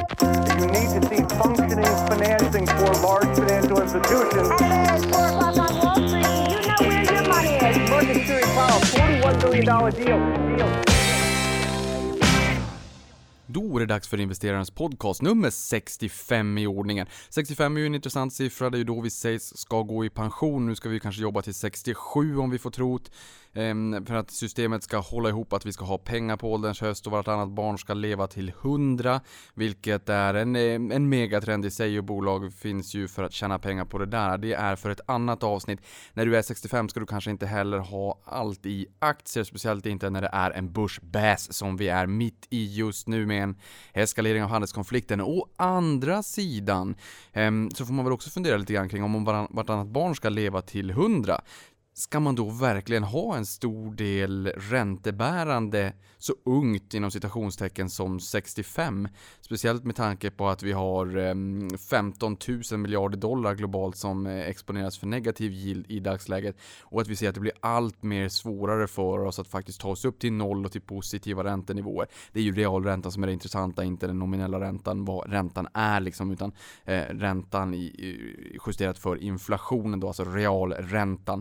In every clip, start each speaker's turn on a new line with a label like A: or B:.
A: You need to see functioning financing for large financial institutions.
B: Hey, it's 4 o'clock on Wall Street. You know where your money is.
A: Market Theory Powell, $41 billion deal.
C: Då är det dags för investerarens podcast nummer 65 i ordningen. 65 är ju en intressant siffra, det är ju då vi sägs ska gå i pension. Nu ska vi kanske jobba till 67 om vi får trot. För att systemet ska hålla ihop, att vi ska ha pengar på ålderns höst och vartannat barn ska leva till 100. Vilket är en megatrend i sig, och bolag finns ju för att tjäna pengar på det där. Det är för ett annat avsnitt. När du är 65 ska du kanske inte heller ha allt i aktier, speciellt inte när det är en börsbäs som vi är mitt i just nu med en eskalering av handelskonflikten. Å andra sidan så får man väl också fundera lite grann kring om vartannat barn ska leva till 100. Ska man då verkligen ha en stor del räntebärande så ungt inom citationstecken som 65? Speciellt med tanke på att vi har 15 000 miljarder dollar globalt som exponeras för negativ yield i dagsläget. Och att vi ser att det blir allt mer svårare för oss att faktiskt ta oss upp till noll och till positiva räntenivåer. Det är ju realräntan som är det intressanta, inte den nominella räntan, vad räntan är liksom, utan räntan justerat för inflationen då, alltså realräntan.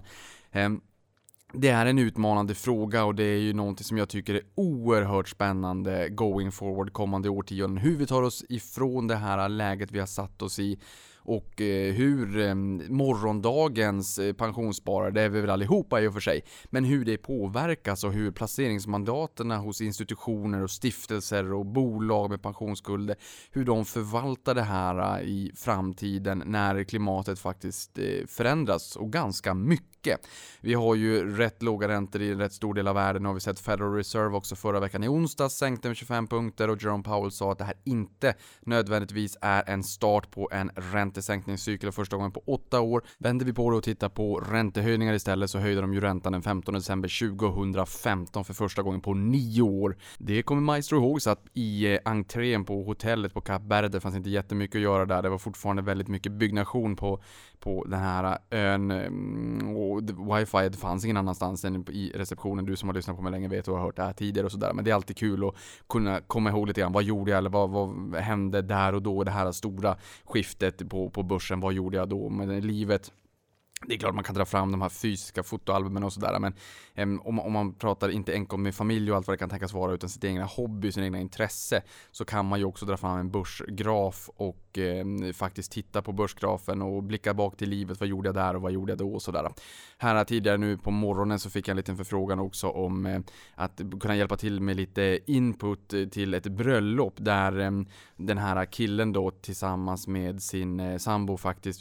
C: Det är en utmanande fråga, och det är ju någonting som jag tycker är oerhört spännande going forward kommande årtionden. Hur vi tar oss ifrån det här läget vi har satt oss i, och hur morgondagens pensionssparare, det är vi väl allihopa i och för sig, men hur det påverkas och hur placeringsmandaterna hos institutioner och stiftelser och bolag med pensionsskulder, hur de förvaltar det här i framtiden när klimatet faktiskt förändras, och ganska mycket. Vi har ju rätt låga räntor i en rätt stor del av världen, och har vi sett Federal Reserve också förra veckan i onsdags sänkte med 25 punkter, och Jerome Powell sa att det här inte nödvändigtvis är en start på en räntesänkningscykel och första gången på 8 år. Vänder vi på det och tittar på räntehöjningar istället, så höjde de ju räntan den 15 december 2015 för första gången på 9 år. Det kommer Maestro ihåg, så att i entrén på hotellet på Cap Verde fanns inte jättemycket att göra där. Det var fortfarande väldigt mycket byggnation på den här ön, och wifi det fanns ingen annanstans än i receptionen. Du som har lyssnat på mig länge vet och har hört det här tidigare och sådär. Men det är alltid kul att kunna komma ihåg lite grann. Vad gjorde jag, eller vad hände där och då? Det här stora skiftet på börsen, vad gjorde jag då med livet? Det är klart man kan dra fram de här fysiska fotoalbumen och sådär, men om man pratar inte enkom med familj och allt vad det kan tänkas vara, utan sitt egna hobby, sin egna intresse, så kan man ju också dra fram en börsgraf och faktiskt titta på börsgrafen och blicka bak till livet. Vad gjorde jag där och vad gjorde jag då och sådär. Här tidigare nu på morgonen så fick jag en liten förfrågan också om att kunna hjälpa till med lite input till ett bröllop där den här killen då tillsammans med sin sambo faktiskt,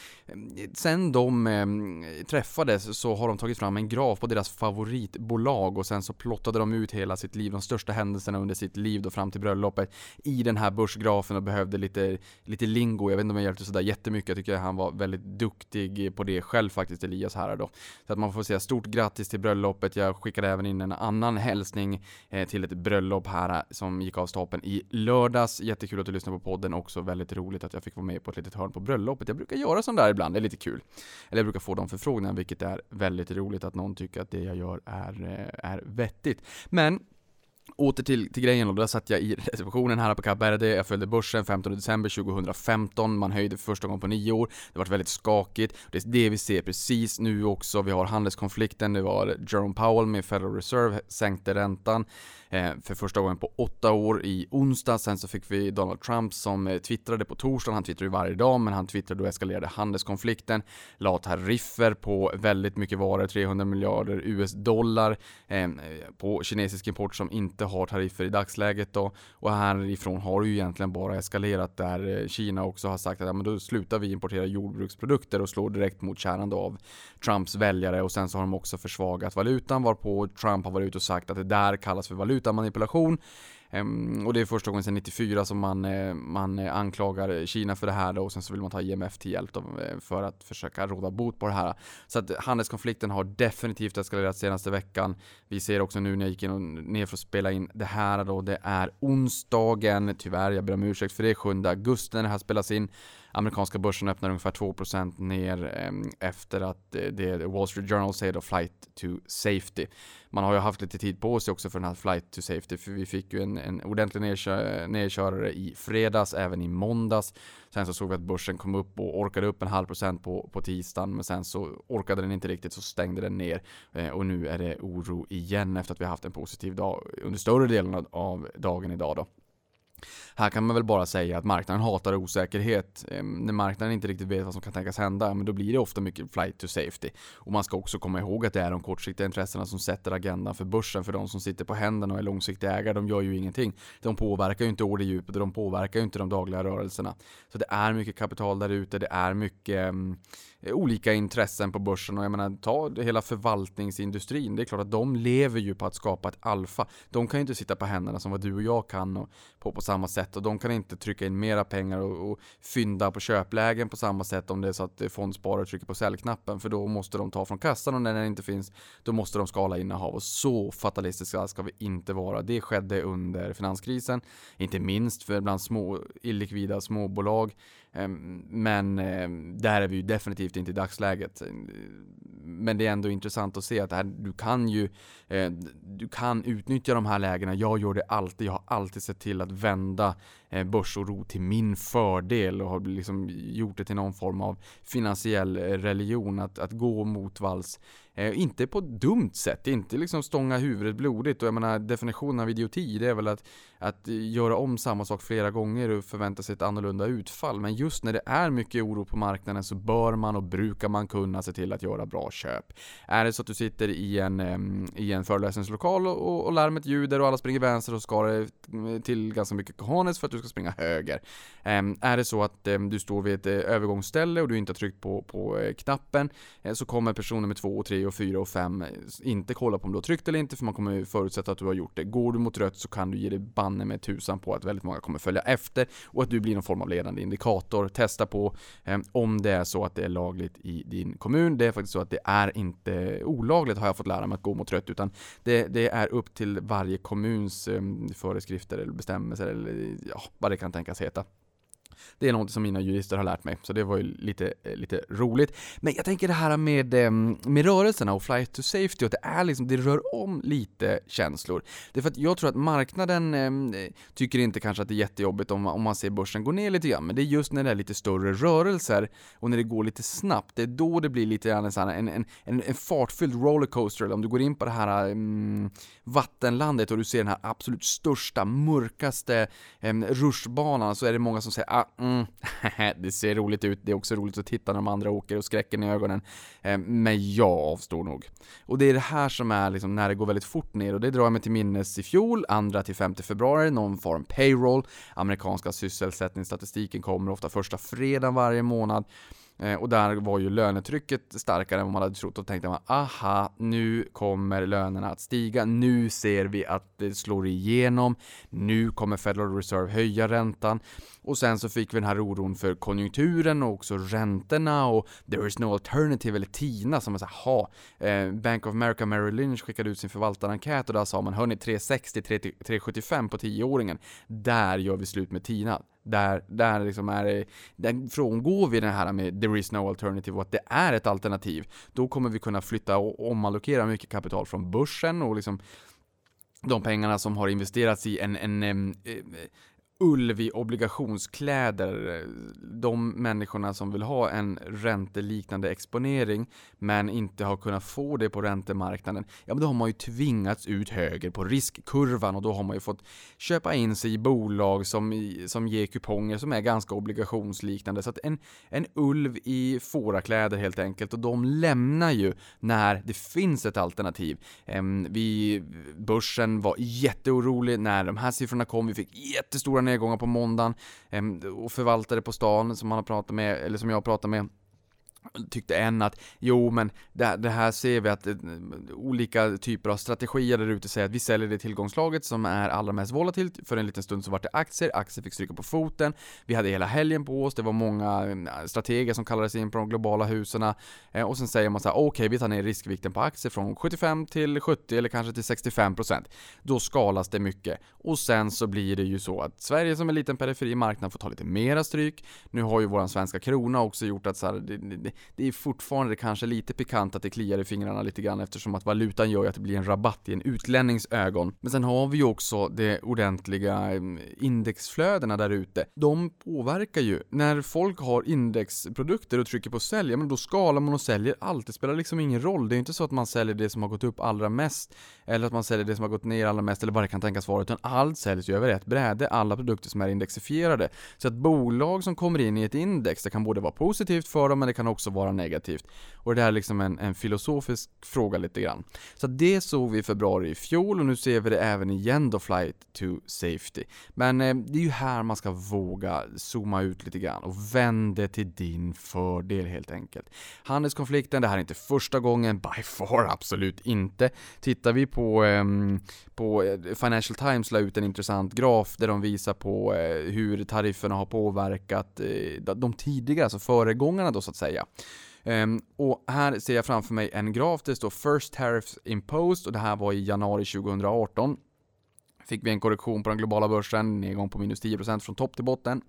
C: sen de träffades så har de tagit fram en graf på deras favoritbolag, och sen så plottade de ut hela sitt liv, de största händelserna under sitt liv då fram till bröllopet i den här börsgrafen, och behövde lite lingo. Jag vet inte om jag hjälpte sådär jättemycket. Jag tycker han var väldigt duktig på det själv faktiskt, Elias här då. Så att man får säga stort grattis till bröllopet. Jag skickade även in en annan hälsning till ett bröllop här som gick av stapeln i lördags. Jättekul att du lyssnar på podden också. Väldigt roligt att jag fick vara med på ett litet hörn på bröllopet. Jag brukar göra sånt där ibland. Det är lite kul. Eller jag brukar få de förfrågningarna, vilket är väldigt roligt att någon tycker att det jag gör är vettigt. Men åter till grejen, och där satt jag i receptionen här på Cap Verde. Jag följde börsen 15 december 2015. Man höjde för första gången på 9 år. Det var väldigt skakigt. Det är det vi ser precis nu också. Vi har handelskonflikten. Det var Jerome Powell med Federal Reserve sänkte räntan för första gången på 8 år i onsdag. Sen så fick vi Donald Trump som twittrade på torsdagen. Han twittrar ju varje dag, men han twittrade och eskalerade handelskonflikten. La tariffer på väldigt mycket varor, 300 miljarder US-dollar på kinesisk import som inte har tariffer i dagsläget då. Och härifrån har det ju egentligen bara eskalerat, där Kina också har sagt att ja, men då slutar vi importera jordbruksprodukter, och slår direkt mot kärnan av Trumps väljare. Och sen så har de också försvagat valutan, varpå Trump har varit ute och sagt att det där kallas för valutamanipulation. Och det är första gången sedan 94 som man anklagar Kina för det här då, och sen så vill man ta IMF till hjälp då, för att försöka råda bot på det här. Så att handelskonflikten har definitivt eskalerat senaste veckan. Vi ser också nu när jag gick ner för att spela in det här då, det är onsdagen, tyvärr, jag ber om ursäkt för det, 7 augusti när det här spelas in, Amerikanska börsen öppnar ungefär 2% ner efter att det Wall Street Journal säger då flight to safety. Man har ju haft lite tid på sig också för den här flight to safety, för vi fick ju en ordentlig nedkörare i fredags, även i måndags. Sen så såg vi att börsen kom upp och orkade upp 0,5% på tisdagen, men sen så orkade den inte riktigt, så stängde den ner. Och nu är det oro igen efter att vi har haft en positiv dag under större delen av dagen idag då. Här kan man väl bara säga att marknaden hatar osäkerhet. När marknaden inte riktigt vet vad som kan tänkas hända, men då blir det ofta mycket flight to safety. Och man ska också komma ihåg att det är de kortsiktiga intressena som sätter agendan för börsen. För de som sitter på händerna och är långsiktiga ägare, de gör ju ingenting. De påverkar ju inte orddjupet och de påverkar ju inte de dagliga rörelserna. Så det är mycket kapital där ute, det är mycket olika intressen på börsen. Och jag menar, ta hela förvaltningsindustrin. Det är klart att de lever ju på att skapa ett alfa. De kan ju inte sitta på händerna som vad du och jag kan och på samma sätt. Och de kan inte trycka in mera pengar och fynda på köplägen på samma sätt om det är så att fondsparare trycker på säljknappen. För då måste de ta från kassan, och när den inte finns, då måste de skala innehav. Och så fatalistiska ska vi inte vara. Det skedde under finanskrisen. Inte minst för bland små illikvida småbolag. Men där är vi ju definitivt inte i dagsläget. Men det är ändå intressant att se att du kan utnyttja de här lägena. Jag gör det alltid. Jag har alltid sett till att vända börsoro till min fördel och har liksom gjort det till någon form av finansiell religion, att gå motvalls. Inte på ett dumt sätt, inte liksom stånga huvudet blodigt. Och jag menar, definitionen av idioti, det är väl att göra om samma sak flera gånger och förvänta sig ett annorlunda utfall. Men just när det är mycket oro på marknaden så bör man och brukar man kunna se till att göra bra köp. Är det så att du sitter i en föreläsningslokal och larmet ljuder och alla springer vänster, och ska det till ganska mycket cojones för att du ska springa höger. Är det så att du står vid ett övergångsställe och du inte har tryckt på knappen, så kommer personer med 2, 3 och 4 och 5 inte kolla på om du har tryckt eller inte, för man kommer förutsätta att du har gjort det. Går du mot rött så kan du ge dig banne med tusan på att väldigt många kommer följa efter och att du blir någon form av ledande indikator. Testa på om det är så att det är lagligt i din kommun. Det är faktiskt så att det är inte olagligt, har jag fått lära mig, att gå mot rött, utan det är upp till varje kommuns föreskrifter eller bestämmelser eller vad det kan tänkas heta. Det är något som mina jurister har lärt mig, så det var ju lite roligt. Men jag tänker det här med rörelserna och flight to safety, och det rör om lite känslor. Det är för att jag tror att marknaden tycker inte kanske att det är jättejobbigt om man ser börsen gå ner lite grann, men det är just när det är lite större rörelser och när det går lite snabbt, det är då det blir lite grann en fartfylld rollercoaster. Eller om du går in på det här vattenlandet och du ser den här absolut största, mörkaste rutschbanan, så är det många som säger det ser roligt ut, det är också roligt att titta när de andra åker och skräcken i ögonen, men jag avstår nog. Och det är det här som är liksom när det går väldigt fort ner, och det drar jag mig till minnes i fjol, 2-5 februari, någon form payroll, amerikanska sysselsättningsstatistiken kommer ofta första fredagen varje månad. Och där var ju lönetrycket starkare än vad man hade trott, och tänkte man, aha, nu kommer lönerna att stiga, nu ser vi att det slår igenom, nu kommer Federal Reserve höja räntan. Och sen så fick vi den här oron för konjunkturen och också räntorna, och there is no alternative, eller TINA, som man säger, Bank of America Merrill Lynch skickade ut sin förvaltarenkät, och där sa man, hörni, 3,60-3,75 på 10-åringen, där gör vi slut med TINA. Där liksom där frångår vi den här med there is no alternative, och att det är ett alternativ. Då kommer vi kunna flytta och omallokera mycket kapital från börsen, och liksom de pengarna som har investerats i en ulv i obligationskläder, de människorna som vill ha en ränteliknande exponering men inte har kunnat få det på räntemarknaden, ja, men då har man ju tvingats ut höger på riskkurvan, och då har man ju fått köpa in sig i bolag som ger kuponger som är ganska obligationsliknande. Så att en ulv i fårakläder helt enkelt, och de lämnar ju när det finns ett alternativ. Börsen var jätteorolig när de här siffrorna kom, vi fick jättestora nedgångar på måndagen, och förvaltare på stan som man har pratat med, eller som jag har pratat med, Tyckte en att men det här ser vi att olika typer av strategier där ute säger att vi säljer det tillgångslaget som är allra mest volatilt. För en liten stund så var det aktier fick stryka på foten, vi hade hela helgen på oss, det var många strateger som kallades in på de globala huserna, och sen säger man så här: okej, vi tar ner riskvikten på aktier från 75 till 70 eller kanske till 65%. Då skalas det mycket, och sen så blir det ju så att Sverige som en liten periferi marknad får ta lite mera stryk. Nu har ju våran svenska krona också gjort att så här, det är fortfarande kanske lite pikant att det kliar i fingrarna lite grann, eftersom att valutan gör att det blir en rabatt i en utlännings ögon. Men sen har vi ju också det ordentliga indexflödena där ute. De påverkar ju. När folk har indexprodukter och trycker på sälja, men då skalar man och säljer allt. Det spelar liksom ingen roll. Det är inte så att man säljer det som har gått upp allra mest, eller att man säljer det som har gått ner allra mest, eller vad det kan tänkas vara, utan allt säljs ju över ett bräde, alla produkter som är indexifierade. Så att bolag som kommer in i ett index, det kan både vara positivt för dem, men det kan också vara negativt. Och det här är liksom en filosofisk fråga lite grann. Så det såg vi i februari i fjol, och nu ser vi det även igen då, flight to safety. Men det är ju här man ska våga zooma ut lite grann och vända till din fördel helt enkelt. Handelskonflikten, det här är inte första gången, by far absolut inte. Tittar vi på Financial Times la ut en intressant graf där de visar på hur tarifferna har påverkat de tidigare, alltså föregångarna då så att säga. Och här ser jag framför mig en graf där det står First Tariffs Imposed, och det här var i januari 2018. Fick vi en korrektion på den globala börsen, nedgång på minus 10% från topp till botten.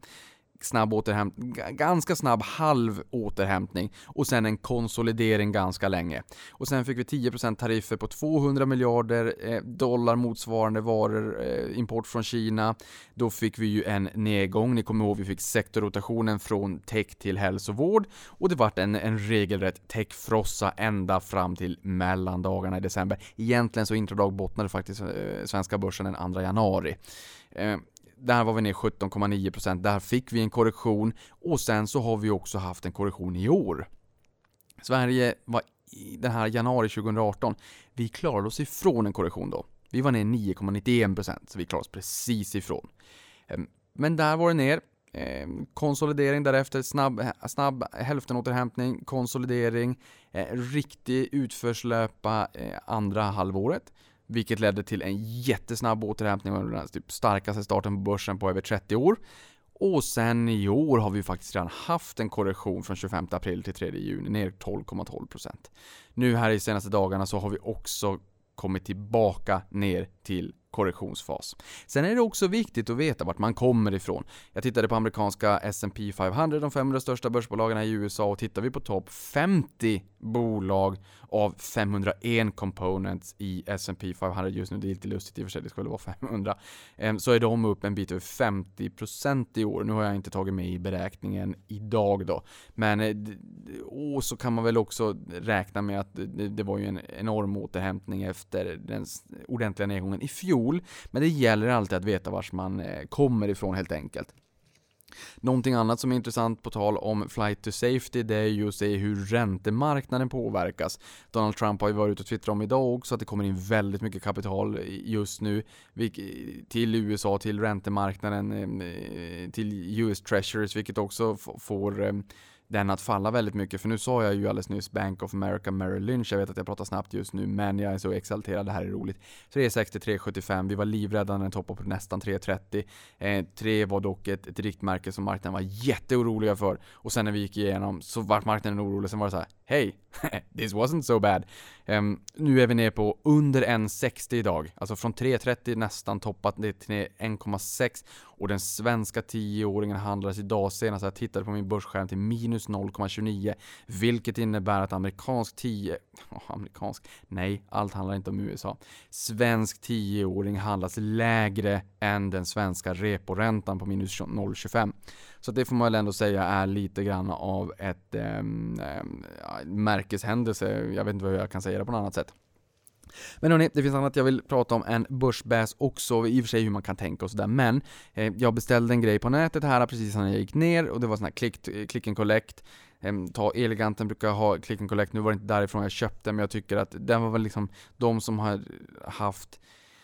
C: Ganska snabb halv återhämtning, och sen en konsolidering ganska länge. Och sen fick vi 10% tariffer på 200 miljarder dollar motsvarande varor, import från Kina. Då fick vi ju en nedgång. Ni kommer ihåg, vi fick sektorrotationen från tech till hälsovård, och det vart en regelrätt techfrossa ända fram till mellandagarna i december. Egentligen så intradag bottnade faktiskt svenska börsen den 2 januari. Där var vi ner 17,9%. Där fick vi en korrektion, och sen så har vi också haft en korrektion i år. Sverige var i den här januari 2018. Vi klarade oss ifrån en korrektion då. Vi var ner 9,91%, så vi klarade oss precis ifrån. Men där var det ner. Konsolidering därefter, snabb hälftenåterhämtning, konsolidering, riktig utförslöpa andra halvåret. Vilket ledde till en jättesnabb återhämtning under den typ starkaste starten på börsen på över 30 år. Och sen i år har vi faktiskt redan haft en korrektion från 25 april till 3 juni ner 12,12%. Nu här i senaste dagarna så har vi också kommit tillbaka ner till korrektionsfas. Sen är det också viktigt att veta vart man kommer ifrån. Jag tittade på amerikanska S&P 500, de 500 största börsbolagen i USA, och tittar vi på topp 50 bolag av 501 components i S&P 500 just nu, det är lite lustigt i och för sig, det skulle vara 500, så är de upp en bit över 50% i år. Nu har jag inte tagit med i beräkningen idag då, men och så kan man väl också räkna med att det var ju en enorm återhämtning efter den ordentliga nedgången i fjol. Men det gäller alltid att veta var man kommer ifrån helt enkelt. Någonting annat som är intressant på tal om flight to safety, det är ju att se hur räntemarknaden påverkas. Donald Trump har ju varit ute och twittrat om idag också att det kommer in väldigt mycket kapital just nu till USA, till räntemarknaden, till US Treasuries, vilket också får den att falla väldigt mycket. För nu sa jag ju alldeles nyss Bank of America Merrill Lynch. Jag vet att jag pratar snabbt just nu, men jag är så exalterad, det här är roligt. 3,60-3,75. Vi var livrädda när den toppade på nästan 3,30. 3 var dock ett riktmärke som marknaden var jätteoroliga för. Och sen när vi gick igenom så var marknaden orolig. Sen var det så här: hej, this wasn't so bad. Nu är vi ner på under 1,60 idag. Alltså från 3,30 nästan toppat det till 1,6. Och den svenska 10-åringen handlades idag senast. Jag tittade på min börsskärm till minus 0,29. Vilket innebär att nej, allt handlar inte om USA. Svensk 10-åring handlas lägre än den svenska reporäntan på minus 0,25. Så det får man väl ändå säga är lite grann av ett märkeshändelse. Jag vet inte vad jag kan säga det på något annat sätt. Men hörni, det finns annat jag vill prata om en börsbäs också, i och för sig hur man kan tänka och sådär. Men jag beställde en grej på nätet här precis när jag gick ner, och det var sån här click and collect. Eleganten brukar ha click and collect, nu var det inte därifrån jag köpte, men jag tycker att den var väl liksom de som har haft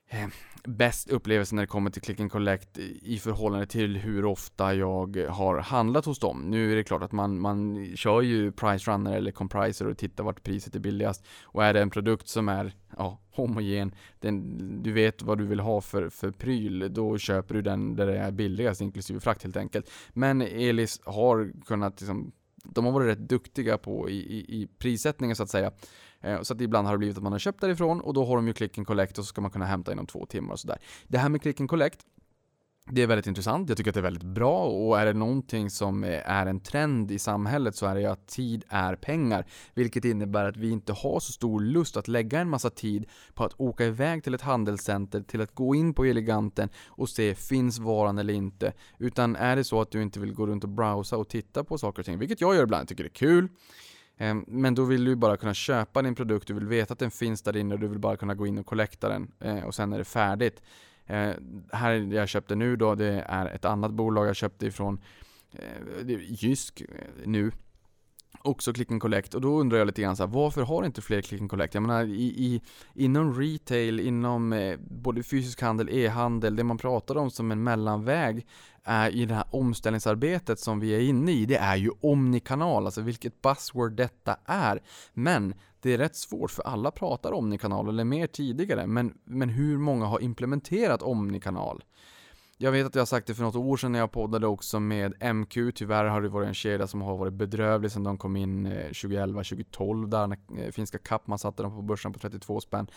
C: bäst upplevelse när det kommer till Click and Collect i förhållande till hur ofta jag har handlat hos dem. Nu är det klart att man kör ju Price Runner eller Compriser och tittar vart priset är billigast. Och är det en produkt som är homogen, du vet vad du vill ha för pryl, då köper du den där det är billigast inklusive frakt helt enkelt. Men Elis har kunnat de har varit rätt duktiga på i prissättningen så att säga. Så att ibland har det blivit att man har köpt därifrån och då har de ju Click and Collect och så ska man kunna hämta inom 2 timmar och sådär. Det här med Click and Collect, det är väldigt intressant. Jag tycker att det är väldigt bra, och är det någonting som är en trend i samhället så är det ju att tid är pengar. Vilket innebär att vi inte har så stor lust att lägga en massa tid på att åka iväg till ett handelscenter, till att gå in på Eleganten och se finns varan eller inte. Utan är det så att du inte vill gå runt och browsa och titta på saker och ting, vilket jag gör ibland, jag tycker det är kul. Men då vill du bara kunna köpa din produkt, du vill veta att den finns där inne och du vill bara kunna gå in och kollekta den och sen är det färdigt. Här jag köpte nu då, det är ett annat bolag jag köpte ifrån Jysk nu. Också Click and Collect, och då undrar jag lite grann så här, varför har inte fler Click and Collect? Jag menar inom retail, inom både fysisk handel, e-handel, det man pratar om som en mellanväg är i det här omställningsarbetet som vi är inne i, det är ju omnikanal, alltså vilket buzzword detta är. Men det är rätt svårt, för alla pratar omnikanal eller mer tidigare, men hur många har implementerat omnikanal? Jag vet att jag har sagt det för något år sedan när jag poddade också med MQ. Tyvärr har det varit en kedja som har varit bedrövlig sedan de kom in 2011-2012 där när finska Kappman satte dem på börsen på 32 spänn.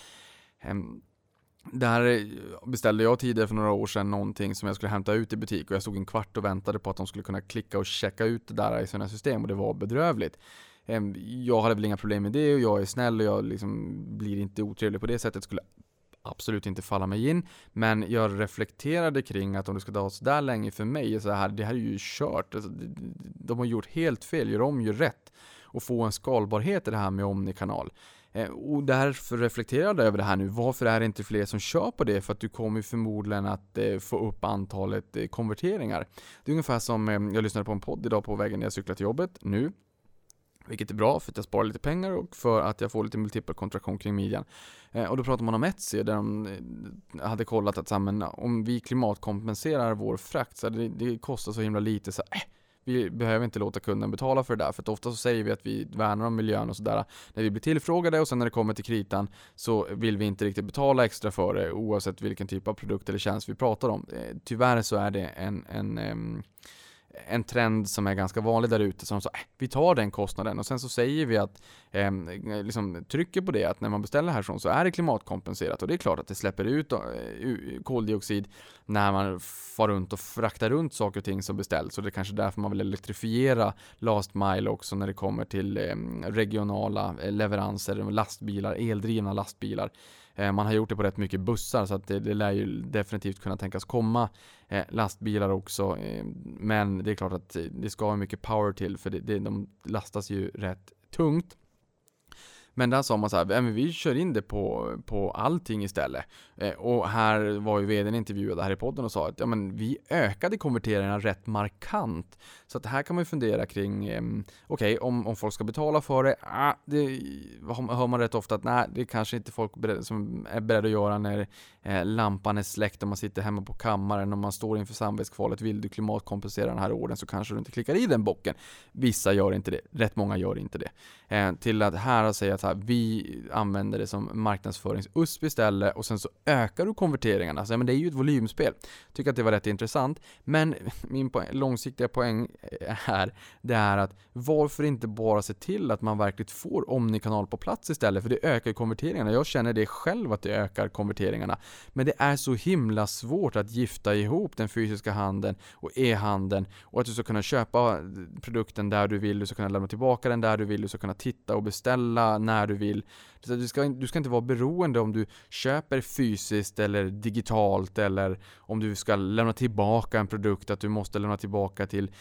C: Där beställde jag tidigare för några år sedan någonting som jag skulle hämta ut i butik, och jag stod en kvart och väntade på att de skulle kunna klicka och checka ut det där i sina system, och det var bedrövligt. Jag hade väl inga problem med det, och jag är snäll och jag blir inte otrevlig på det sättet, skulle absolut inte falla mig in, men jag reflekterade kring att om det ska ta så där länge för mig, så här, det här är ju kört. Alltså, de har gjort helt fel, gör om ju rätt och få en skalbarhet i det här med omnikanal. Och därför reflekterade jag över det här nu. Varför är det inte fler som kör på det? För att du kommer förmodligen att få upp antalet konverteringar. Det är ungefär som jag lyssnade på en podd idag på vägen när jag cyklar till jobbet nu. Vilket är bra för att jag sparar lite pengar och för att jag får lite multipel kontraktion kring midjan. Och då pratar man om Etsy där de hade kollat att om vi klimatkompenserar vår frakt så det kostar så himla lite så vi behöver inte låta kunden betala för det där. För att ofta så säger vi att vi värnar om miljön och sådär när vi blir tillfrågade, och sen när det kommer till kritan så vill vi inte riktigt betala extra för det oavsett vilken typ av produkt eller tjänst vi pratar om. Tyvärr så är det en trend som är ganska vanlig där ute, som så vi tar den kostnaden, och sen så säger vi att trycker på det att när man beställer härifrån så är det klimatkompenserat, och det är klart att det släpper ut koldioxid när man far runt och fraktar runt saker och ting som beställs, och det är kanske därför man vill elektrifiera last mile också när det kommer till regionala leveranser, lastbilar, eldrivna lastbilar. Man har gjort det på rätt mycket bussar, så att det lär ju definitivt kunna tänkas komma lastbilar också. Men det är klart att det ska ha mycket power till, för de lastas ju rätt tungt. Men där sa man så här, vi kör in det på allting istället. Och här var ju vdn intervjuad här i podden och sa att vi ökade konverteringarna rätt markant. Så att här kan man ju fundera kring, om folk ska betala för det, hör man rätt ofta att nej, det är kanske inte folk som är beredda att göra när lampan är släckt och man sitter hemma på kammaren och man står inför samvetskvalet, vill du klimatkompensera den här orden så kanske du inte klickar i den bocken. Vissa gör inte det, rätt många gör inte det. Till att här säga att vi använder det som marknadsförings-USP istället, och sen så ökar du konverteringarna. Så, det är ju ett volymspel. Tycker att det var rätt intressant. Men min långsiktiga poäng här, det är att varför inte bara se till att man verkligen får omnikanal på plats istället, för det ökar konverteringarna. Jag känner det själv att det ökar konverteringarna. Men det är så himla svårt att gifta ihop den fysiska handeln och e-handeln, och att du ska kunna köpa produkten där du vill, du ska kunna lämna tillbaka den där du vill, du ska kunna titta och beställa när du vill. Du ska inte vara beroende om du köper fysiskt eller digitalt, eller om du ska lämna tillbaka en produkt, att du måste lämna tillbaka till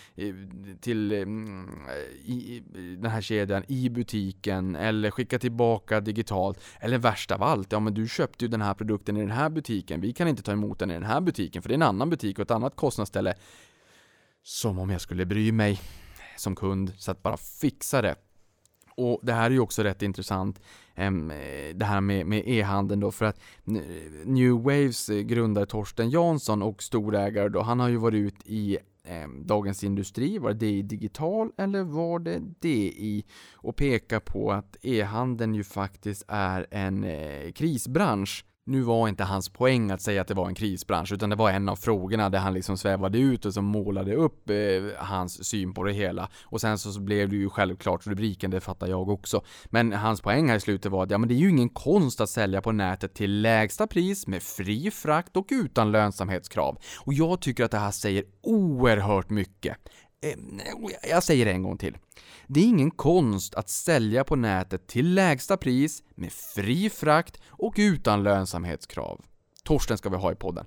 C: den här kedjan i butiken, eller skicka tillbaka digitalt, eller värst av allt, men du köpte ju den här produkten i den här butiken, vi kan inte ta emot den i den här butiken för det är en annan butik och ett annat kostnadsställe. Som om jag skulle bry mig som kund, så att bara fixa det. Och det här är ju också rätt intressant, det här med e-handeln då, för att New Waves grundare Torsten Jansson och storägare då, han har ju varit ut i Dagens Industri, var det i Digital eller var det i, och peka på att e-handeln ju faktiskt är en krisbransch. Nu var inte hans poäng att säga att det var en krisbransch, utan det var en av frågorna där han liksom svävade ut och så målade upp hans syn på det hela. Och sen så blev det ju självklart rubriken, det fattar jag också. Men hans poäng här i slutet var att men det är ju ingen konst att sälja på nätet till lägsta pris med fri frakt och utan lönsamhetskrav. Och jag tycker att det här säger oerhört mycket. Jag säger det en gång till. Det är ingen konst att sälja på nätet till lägsta pris med fri frakt och utan lönsamhetskrav. Torsten ska vi ha i podden.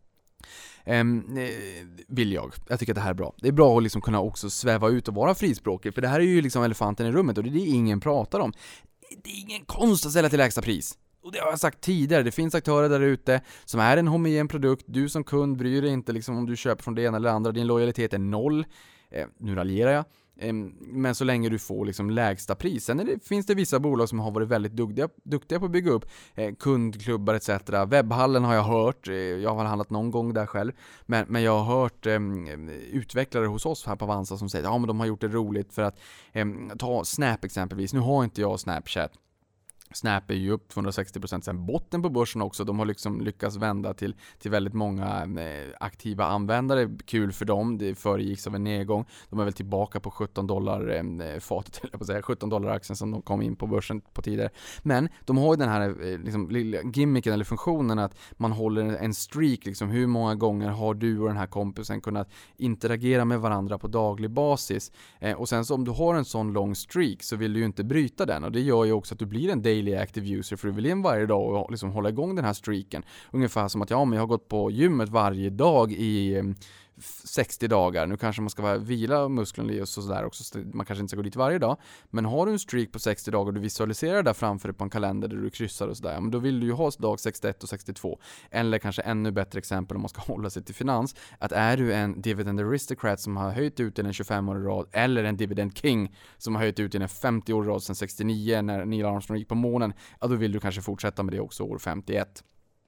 C: Jag tycker att det här är bra. Det är bra att liksom kunna också sväva ut och vara frispråkig, för det här är ju liksom elefanten i rummet och det är det ingen pratar om. Det är ingen konst att sälja till lägsta pris. Och det har jag sagt tidigare, det finns aktörer där ute som är en homogen produkt. Du som kund bryr dig inte liksom om du köper från det ena eller andra. Din lojalitet är noll. Nu raljerar jag. Men så länge du får liksom lägsta pris. Sen finns det vissa bolag som har varit väldigt duktiga på att bygga upp kundklubbar etc. Webbhallen har jag hört. Jag har handlat någon gång där själv. Men jag har hört utvecklare hos oss här på Avanza som säger men de har gjort det roligt för att ta Snap exempelvis. Nu har inte jag Snapchat. Snap är ju upp 260% sen botten på börsen också. De har liksom lyckats vända till väldigt många aktiva användare. Kul för dem. Det föregicks av en nedgång. De är väl tillbaka på $17 fatet, eller på säga $17 aktien som de kom in på börsen på tidigare. Men de har ju den här liksom, lilla gimmicken eller funktionen att man håller en streak. Liksom, hur många gånger har du och den här kompisen kunnat interagera med varandra på daglig basis? Och sen så om du har en sån lång streak så vill du ju inte bryta den. Och det gör ju också att du blir en daily active user, för du vill in varje dag och liksom hålla igång den här streaken. Ungefär som att men jag har gått på gymmet varje dag i 60 dagar. Nu kanske man ska vila musklerna och sådär också. Man kanske inte ska gå dit varje dag. Men har du en streak på 60 dagar och du visualiserar det där framför dig på en kalender där du kryssar och sådär. Men då vill du ju ha dag 61 och 62. Eller kanske ännu bättre exempel om man ska hålla sig till finans. Att är du en dividend aristocrat som har höjt ut i en 25 år i rad, eller en dividend king som har höjt ut i en 50 år i rad sedan 69 när Neil Armstrong gick på månen. Ja, då vill du kanske fortsätta med det också år 51.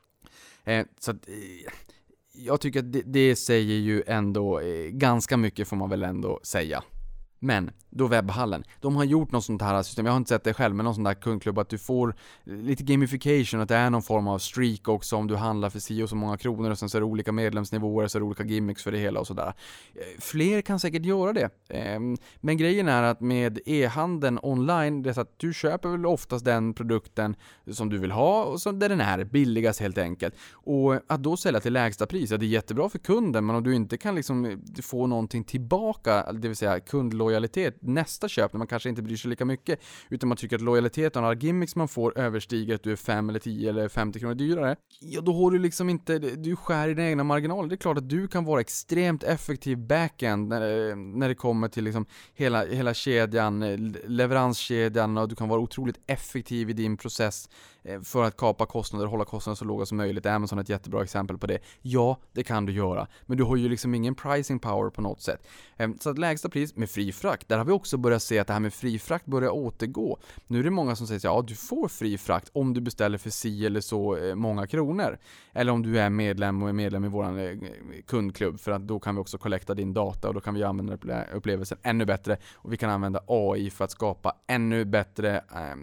C: Så att jag tycker att det säger ju ändå ganska mycket, får man väl ändå säga. Men då webbhallen, de har gjort något sånt här system, jag har inte sett det själv, men någon sån där kundklubb att du får lite gamification, att det är någon form av streak också om du handlar för si och så många kronor, och sen så är det olika medlemsnivåer, så är det olika gimmicks för det hela och sådär. Fler kan säkert göra det. Men grejen är att med e-handeln online, det är så att du köper väl oftast den produkten som du vill ha och så där den är billigast helt enkelt. Och att då sälja till lägsta pris, det är jättebra för kunden, men om du inte kan liksom få någonting tillbaka, det vill säga kundlojalitet nästa köp, när man kanske inte bryr sig lika mycket, utan man tycker att lojaliteten och alla gimmicks man får överstiger att du är 5 eller 10 eller 50 kronor dyrare, ja då har du liksom inte, du skär i dina egna marginaler. Det är klart att du kan vara extremt effektiv backend när det kommer till liksom hela kedjan, leveranskedjan, och du kan vara otroligt effektiv i din process för att kapa kostnader och hålla kostnaderna så låga som möjligt. Amazon är ett jättebra exempel på det. Ja, det kan du göra, men du har ju liksom ingen pricing power på något sätt. Så att lägsta pris med fri frakt, där har vi också börjat se att det här med fri frakt börjar återgå. Nu är det många som säger att du får fri frakt om du beställer för si eller så många kronor. Eller om du är medlem och är medlem i vår kundklubb, för att då kan vi också kollekta din data och då kan vi använda upplevelsen ännu bättre, och vi kan använda AI för att skapa ännu bättre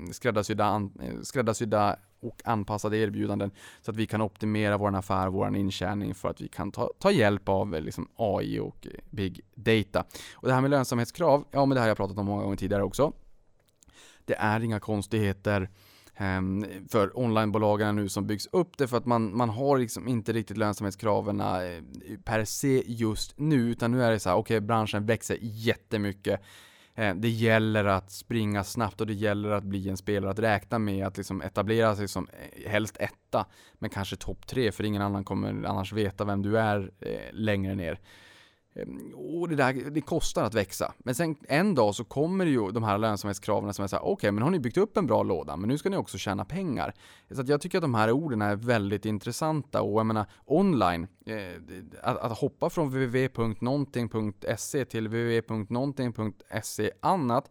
C: skräddarsydda och anpassade erbjudanden, så att vi kan optimera vår affär, vår intjäning, för att vi kan ta hjälp av liksom AI och big data. Och det här med lönsamhetskrav, men det här har jag pratat om många gånger tidigare också. Det är inga konstigheter för onlinebolagen nu som byggs upp, det för att man har liksom inte riktigt lönsamhetskraven per se just nu, utan nu är det så här, branschen växer jättemycket. Det gäller att springa snabbt och det gäller att bli en spelare att räkna med, att liksom etablera sig som helst etta, men kanske topp 3, för ingen annan kommer annars veta vem du är längre ner. Och det kostar att växa. Men sen en dag så kommer det ju de här lönsamhetskraven som är så här, men har ni byggt upp en bra låda, men nu ska ni också tjäna pengar. Så att jag tycker att de här orden är väldigt intressanta, och jag menar online, att hoppa från www.någonting.se till www.någonting.se annat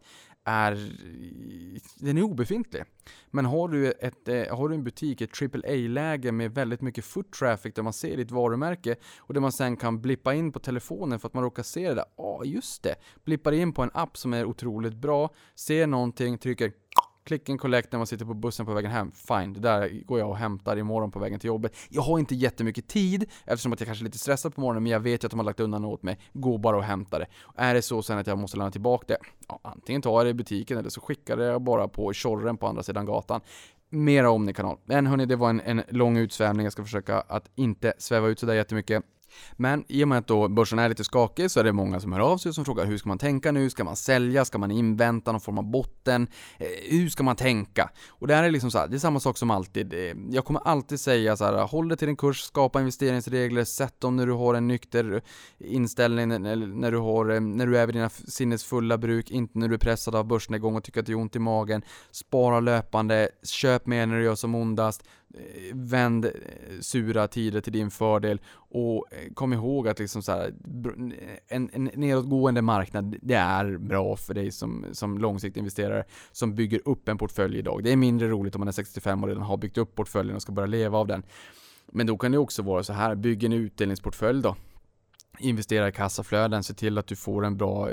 C: den är obefintlig. Men har du en butik, ett AAA-läge med väldigt mycket foot traffic där man ser ditt varumärke och där man sen kan blippa in på telefonen för att man råkar se det där. Just det. Blippar in på en app som är otroligt bra, ser någonting, trycker click and collect när man sitter på bussen på vägen hem. Fine, det där går jag och hämtar imorgon på vägen till jobbet. Jag har inte jättemycket tid eftersom att jag kanske är lite stressad på morgonen, men jag vet ju att de har lagt undan åt mig. Gå bara och hämta det. Och är det så sen att jag måste lämna tillbaka det, antingen tar jag det i butiken eller så skickar jag bara på tjorren på andra sidan gatan. Mera om ni kanal. Men hörni, det var en lång utsvävning. Jag ska försöka att inte sväva ut så där jättemycket. Men i och med att då börsen är lite skakig så är det många som hör av sig som frågar hur ska man tänka nu? Ska man sälja? Ska man invänta någon form av botten? Hur ska man tänka? Och det här är liksom så här, det är samma sak som alltid. Jag kommer alltid säga så här, håll dig till din kurs, skapa investeringsregler, sätt dem när du har en nykter inställning, när du är vid dina sinnesfulla bruk, inte när du är pressad av börsnedgång och tycker att det är ont i magen. Spara löpande, köp mer när du gör som ondast. Vänd sura tider till din fördel och kom ihåg att liksom så här, en nedåtgående marknad, det är bra för dig som långsiktig investerare som bygger upp en portfölj idag. Det är mindre roligt om man är 65 och redan har byggt upp portföljen och ska börja leva av den. Men då kan det också vara så här, bygg en utdelningsportfölj då. Investera i kassaflöden, se till att du får en bra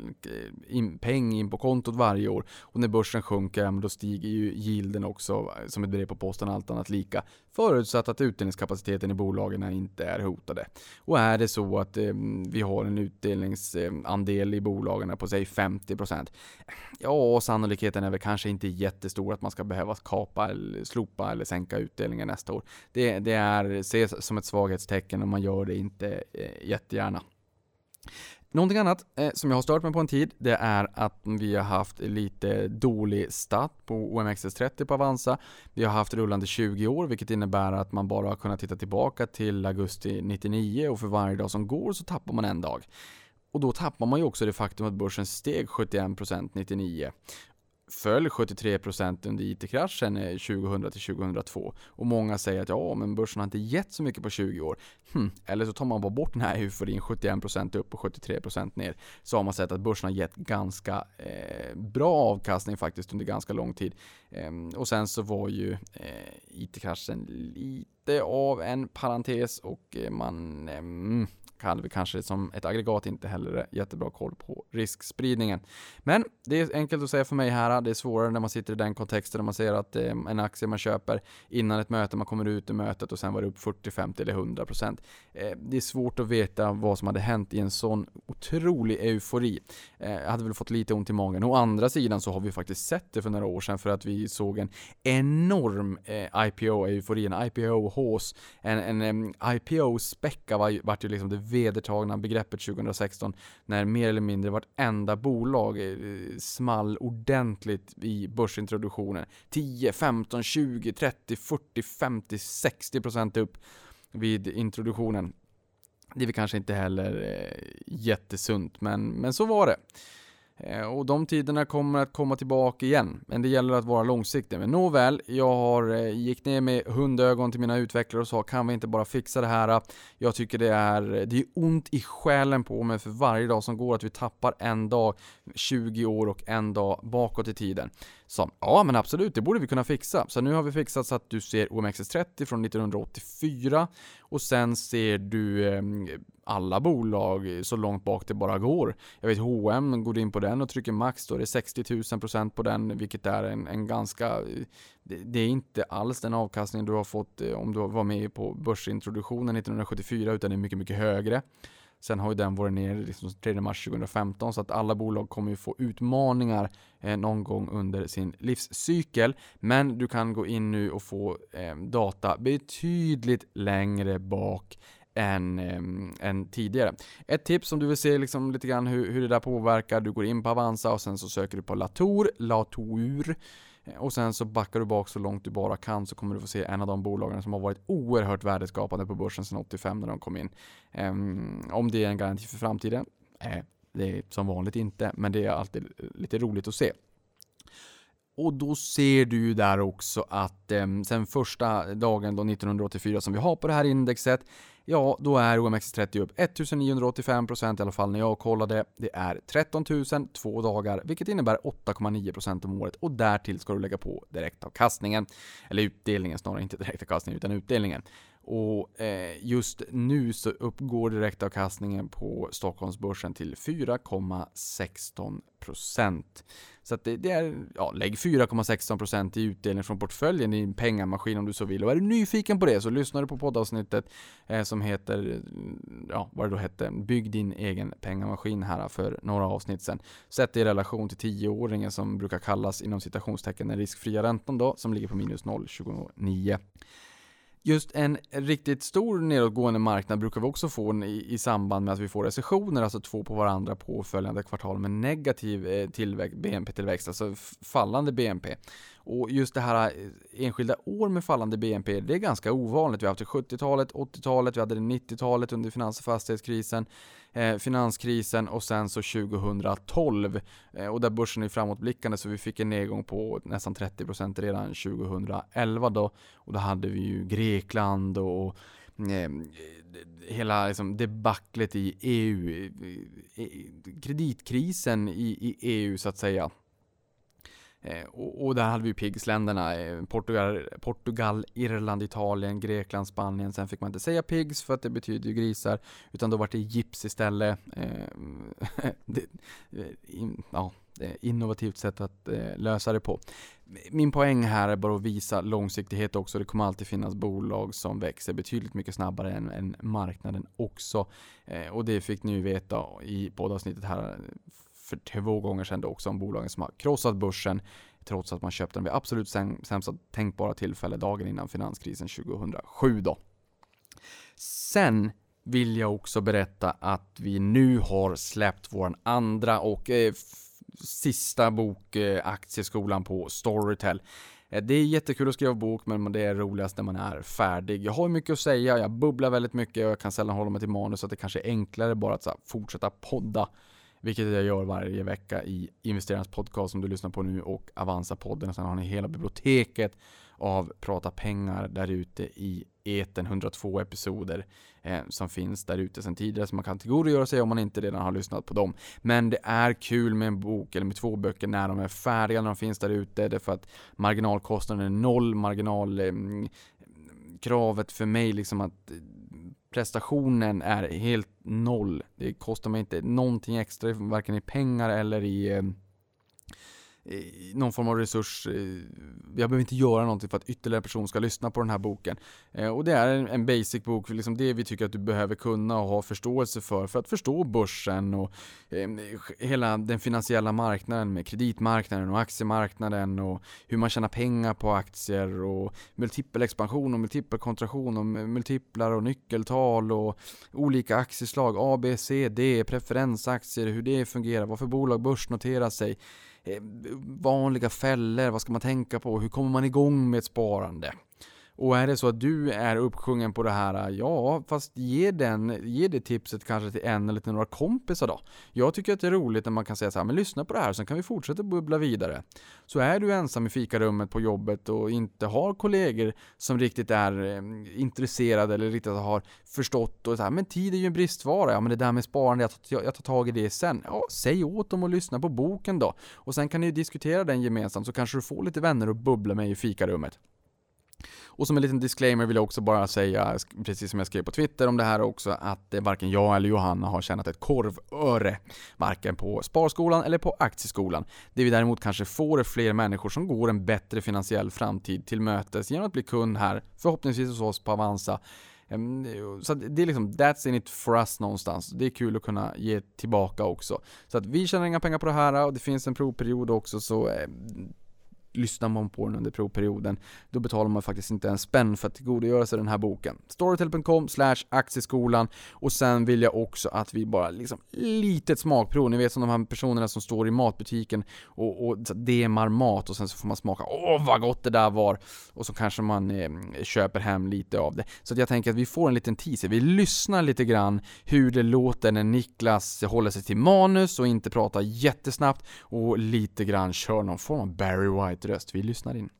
C: peng in på kontot varje år. Och när börsen sjunker, då stiger ju yielden också som ett brev på posten, allt annat lika. Förutsatt att utdelningskapaciteten i bolagen inte är hotade. Och är det så att vi har en utdelningsandel i bolagen på sig 50%. Ja, sannolikheten är väl kanske inte jättestor att man ska behöva kapa eller slopa eller sänka utdelningen nästa år. Det ses som ett svaghetstecken om man gör det inte jättegärna. Någonting annat som jag har stört mig på en tid, det är att vi har haft lite dålig start på OMXS30 på Avanza. Vi har haft rullande 20 år, vilket innebär att man bara har kunnat titta tillbaka till augusti 99 och för varje dag som går så tappar man en dag. Och då tappar man ju också det faktum att börsen steg 71% 99. Föll 73% under IT-kraschen 2000-2002. Och många säger att men börsen har inte gett så mycket på 20 år. Eller så tar man bara bort den här euforin, 71% upp och 73% ner. Så har man sett att börsen har gett ganska bra avkastning faktiskt under ganska lång tid. Och sen så var ju IT-kraschen lite av en parentes och man hade vi kanske som ett aggregat inte heller jättebra koll på riskspridningen. Men det är enkelt att säga för mig här. Det är svårare när man sitter i den kontexten när man ser att en aktie man köper innan ett möte, man kommer ut ur mötet och sen var det upp 40, 50 eller 100%. Det är svårt att veta vad som hade hänt i en sån otrolig eufori. Jag hade väl fått lite ont i magen. Å andra sidan så har vi faktiskt sett det för några år sedan för att vi såg en enorm IPO-eufori, en IPO-hås. En IPO-späcka var ju liksom det vedertagna begreppet 2016 när mer eller mindre vartenda bolag small ordentligt i börsintroduktionen. 10, 15, 20, 30, 40, 50, 60% upp vid introduktionen. Det är väl kanske inte heller jättesunt, men så var det. Och de tiderna kommer att komma tillbaka igen. Men det gäller att vara långsiktig. Men nåväl, jag gick ner med hundögon till mina utvecklare och sa, kan vi inte bara fixa det här? Jag tycker det är ont i själen på mig för varje dag som går att vi tappar en dag, 20 år och en dag bakåt i tiden. Så ja, men absolut, det borde vi kunna fixa. Så nu har vi fixat så att du ser OMXS30 från 1984 och sen ser du alla bolag så långt bak det bara går. Jag vet H&M går in på den och trycker max då, det är 60 000% på den, vilket är en ganska, det är inte alls den avkastning du har fått om du var med på börsintroduktionen 1974, utan det är mycket, mycket högre. Sen har ju den varit ner liksom 3 mars 2015, så att alla bolag kommer ju få utmaningar någon gång under sin livscykel. Men du kan gå in nu och få data betydligt längre bak än tidigare. Ett tips om du vill se liksom lite grann hur det där påverkar, du går in på Avanza och sen så söker du på Latour och sen så backar du bak så långt du bara kan, så kommer du få se en av de bolagen som har varit oerhört värdeskapande på börsen sedan 85 när de kom in. Om det är en garanti för framtiden? Det är som vanligt inte, men det är alltid lite roligt att se. Och då ser du ju där också att sen första dagen då 1984 som vi har på det här indexet, ja då är OMXS30 upp 1985% i alla fall när jag kollade. Det är 13 000 2 dagar, vilket innebär 8,9% om året. Och därtill ska du lägga på direktavkastningen, eller utdelningen snarare, inte direktavkastningen utan utdelningen. Och just nu så uppgår direktavkastningen på Stockholmsbörsen till 4,16%. Så att det är, ja, lägg 4,16% i utdelning från portföljen i en pengamaskin om du så vill. Och är du nyfiken på det så lyssnar du på poddavsnittet som heter, ja vad det då hette, Bygg din egen pengamaskin här för några avsnitt sen. Sätt det i relation till 10-åringen som brukar kallas inom citationstecken den riskfria räntan då, som ligger på minus 0,29. Just en riktigt stor nedåtgående marknad brukar vi också få i samband med att vi får recessioner, alltså 2 på varandra påföljande kvartal med negativ BNP-tillväxt, alltså fallande BNP. Och just det här enskilda år med fallande BNP, det är ganska ovanligt. Vi har haft det 70-talet, 80-talet, vi hade det 90-talet under finans- och fastighetskrisen, finanskrisen och sen så 2012. Och där börsen är framåtblickande så vi fick en nedgång på nästan 30% redan 2011 då. Och då hade vi ju Grekland och hela liksom debaclet i EU, kreditkrisen i EU så att säga. Och där hade vi PIGS-länderna, Portugal, Irland, Italien, Grekland, Spanien. Sen fick man inte säga PIGS för att det betyder ju grisar, utan då var det gips istället. Innovativt sätt att lösa det på. Min poäng här är bara att visa långsiktighet också. Det kommer alltid finnas bolag som växer betydligt mycket snabbare än marknaden också. Och det fick ni ju veta i poddavsnittet här för 2 gånger sedan då också om bolagen som har krossat börsen trots att man köpte den vid absolut sämsta tänkbara tillfälle dagen innan finanskrisen 2007 då. Sen vill jag också berätta att vi nu har släppt vår andra och sista bok, Aktieskolan på Storytel. Det är jättekul att skriva bok, men det är roligast när man är färdig. Jag har mycket att säga, jag bubblar väldigt mycket och jag kan sällan hålla mig till manus så att det kanske är enklare bara att fortsätta podda. Vilket jag gör varje vecka i Investerarnas podcast som du lyssnar på nu och Avanza-podden. Och sen har ni hela biblioteket av Prata pengar där ute i eten, 102 episoder som finns där ute sedan tidigare som man kan tillgodogöra sig om man inte redan har lyssnat på dem. Men det är kul med en bok eller med 2 böcker när de är färdiga, när de finns där ute. Det är för att marginalkostnaden är 0, marginalkravet för mig liksom att prestationen är helt 0. Det kostar mig inte någonting extra, varken i pengar eller i någon form av resurs. Jag behöver inte göra någonting för att ytterligare person ska lyssna på den här boken. Och det är en basic bok, liksom det vi tycker att du behöver kunna och ha förståelse för att förstå börsen och hela den finansiella marknaden med kreditmarknaden och aktiemarknaden och hur man tjänar pengar på aktier och multipelexpansion och multipelkontraktion och multiplar och nyckeltal och olika aktieslag, A, B, C, D, preferensaktier, hur det fungerar, varför bolag börsnoterar sig, vanliga fällor, vad ska man tänka på, hur kommer man igång med ett sparande. Och är det så att du är uppsjungen på det här, ja, fast ge det tipset kanske till en eller till några kompisar då. Jag tycker att det är roligt när man kan säga så här, men lyssna på det här så kan vi fortsätta bubbla vidare. Så är du ensam i fikarummet på jobbet och inte har kollegor som riktigt är intresserade eller riktigt har förstått och så här, men tid är ju en bristvara, ja men det där med sparande, jag tar tag i det sen. Ja, säg åt dem och lyssna på boken då. Och sen kan ni ju diskutera den gemensamt så kanske du får lite vänner och bubbla med i fikarummet. Och som en liten disclaimer vill jag också bara säga, precis som jag skrev på Twitter om det här också, att varken jag eller Johanna har tjänat ett korvöre, varken på Sparskolan eller på Aktieskolan. Det vi däremot kanske får är fler människor som går en bättre finansiell framtid till mötes genom att bli kund här, förhoppningsvis hos oss på Avanza. Så det är liksom, that's in it for us någonstans. Det är kul att kunna ge tillbaka också. Så att vi tjänar inga pengar på det här och det finns en provperiod också, så lyssnar man på den under provperioden, då betalar man faktiskt inte en spänn för att tillgodogöra sig den här boken. Storytel.com/aktieskolan. Och sen vill jag också att vi bara liksom litet smakprov. Ni vet som de här personerna som står i matbutiken och demar mat och sen så får man smaka, vad gott det där var. Och så kanske man köper hem lite av det. Så att jag tänker att vi får en liten teaser. Vi lyssnar lite grann hur det låter när Niklas håller sig till manus och inte pratar jättesnabbt och lite grann kör någon form av Barry White röst. Vi lyssnar in.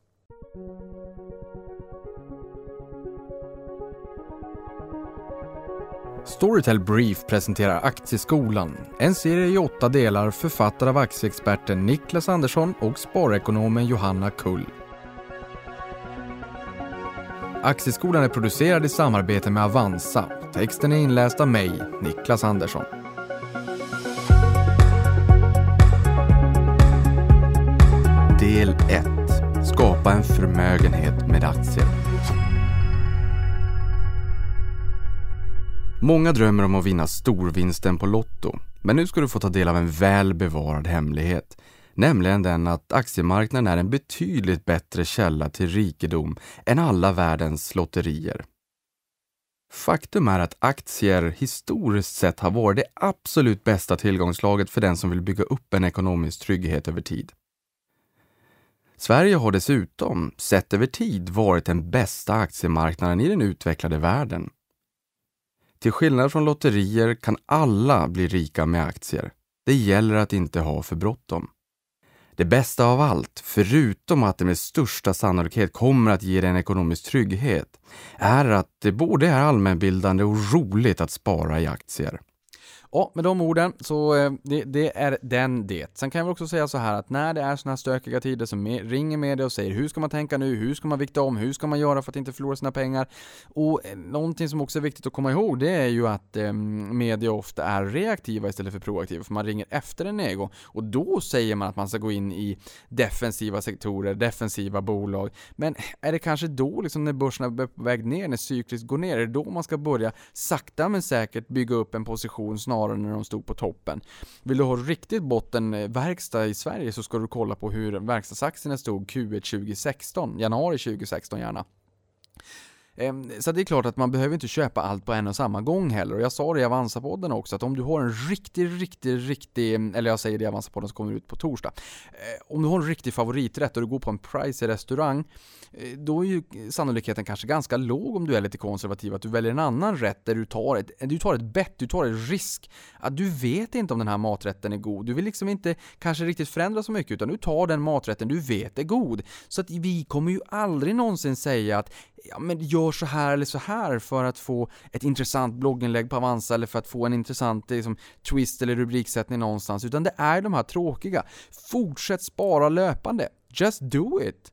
C: Storytel Brief presenterar Aktieskolan, en serie i 8 delar författad av aktieexperten Niklas Andersson och sparekonomen Johanna Kull. Aktieskolan är producerad i samarbete med Avanza. Texten är inläst av mig, Niklas Andersson. Del 1. Skapa en förmögenhet med aktier. Många drömmer om att vinna storvinsten på Lotto. Men nu ska du få ta del av en väl bevarad hemlighet. Nämligen den att aktiemarknaden är en betydligt bättre källa till rikedom än alla världens lotterier. Faktum är att aktier historiskt sett har varit det absolut bästa tillgångslaget för den som vill bygga upp en ekonomisk trygghet över tid. Sverige har dessutom, sett över tid, varit den bästa aktiemarknaden i den utvecklade världen. Till skillnad från lotterier kan alla bli rika med aktier. Det gäller att inte ha för bråttom. Det bästa av allt, förutom att det med största sannolikhet kommer att ge dig en ekonomisk trygghet, är att det både är allmänbildande och roligt att spara i aktier. Ja, med de orden så det är den det. Sen kan jag också säga så här att när det är såna här stökiga tider som ringer med det och säger hur ska man tänka nu, hur ska man vikta om, hur ska man göra för att inte förlora sina pengar. Och någonting som också är viktigt att komma ihåg, det är ju att media ofta är reaktiva istället för proaktiva, för man ringer efter en nedgång och då säger man att man ska gå in i defensiva sektorer, defensiva bolag. Men är det kanske då liksom när börsen är på väg ner, när cykliskt går ner, är det då man ska börja sakta men säkert bygga upp en position snarare när de stod på toppen. Vill du ha riktigt bottenverkstad i Sverige så ska du kolla på hur verkstadsaktierna stod Q1 2016, januari 2016 gärna. Så det är klart att man behöver inte köpa allt på en och samma gång heller. Och jag sa det i Avanza-podden också, att om du har en riktig, eller jag säger det i Avanza-podden som kommer ut på torsdag. Om du har en riktig favoriträtt och du går på en pricey restaurang, då är ju sannolikheten kanske ganska låg om du är lite konservativ att du väljer en annan rätt där du tar ett bett, du tar en risk. Att du vet inte om den här maträtten är god. Du vill liksom inte kanske riktigt förändra så mycket, utan du tar den maträtten du vet är god. Så att vi kommer ju aldrig någonsin säga att ja, men gör så här eller så här för att få ett intressant blogginlägg på Avanza eller för att få en intressant liksom, twist eller rubriksättning någonstans, utan det är de här tråkiga. Fortsätt spara löpande. Just do it.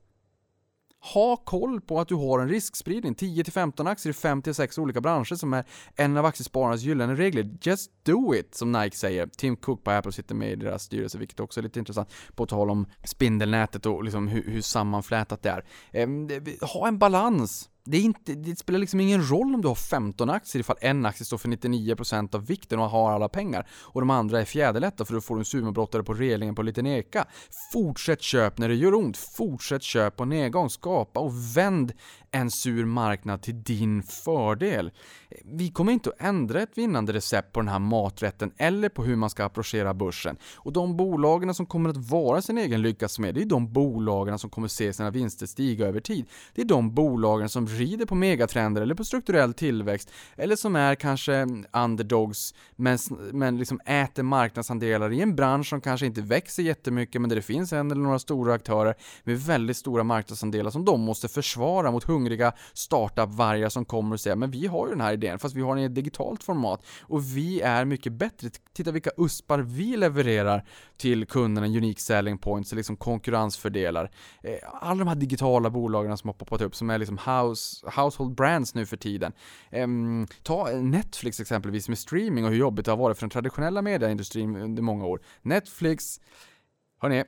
C: Ha koll på att du har en riskspridning. 10-15 aktier i 5-6 olika branscher som är en av aktiespararnas gyllene regler. Just do it, som Nike säger. Tim Cook på Apple sitter med i deras styrelse, vilket också är lite intressant på tal om spindelnätet och liksom hur sammanflätat det är. Ha en balans. Det spelar liksom ingen roll om du har 15 aktier ifall en aktie står för 99% av vikten och har alla pengar och de andra är fjäderlätta, för då får du en sumobrottare på relingen på lite neka. Fortsätt köp när det gör ont. Fortsätt köp på nedgång. Skapa och vänd en sur marknad till din fördel. Vi kommer inte att ändra ett vinnande recept på den här maträtten eller på hur man ska approchera börsen. Och de bolagen som kommer att vara sin egen lyckas med, det är de bolagen som kommer se sina vinster stiga över tid. Det är de bolagen som rider på megatrender eller på strukturell tillväxt, eller som är kanske underdogs men liksom äter marknadsandelar i en bransch som kanske inte växer jättemycket, men där det finns en eller några stora aktörer med väldigt stora marknadsandelar som de måste försvara mot hungriga startup-vargar som kommer och säger men vi har ju den här idén fast vi har den i ett digitalt format och vi är mycket bättre. Titta vilka uspar vi levererar till kunderna, unique selling points, liksom konkurrensfördelar. Alla de här digitala bolagen som har poppat upp som är liksom household brands nu för tiden. Ta Netflix exempelvis med streaming och hur jobbigt det har varit för den traditionella medieindustrin under många år. Netflix, hörni,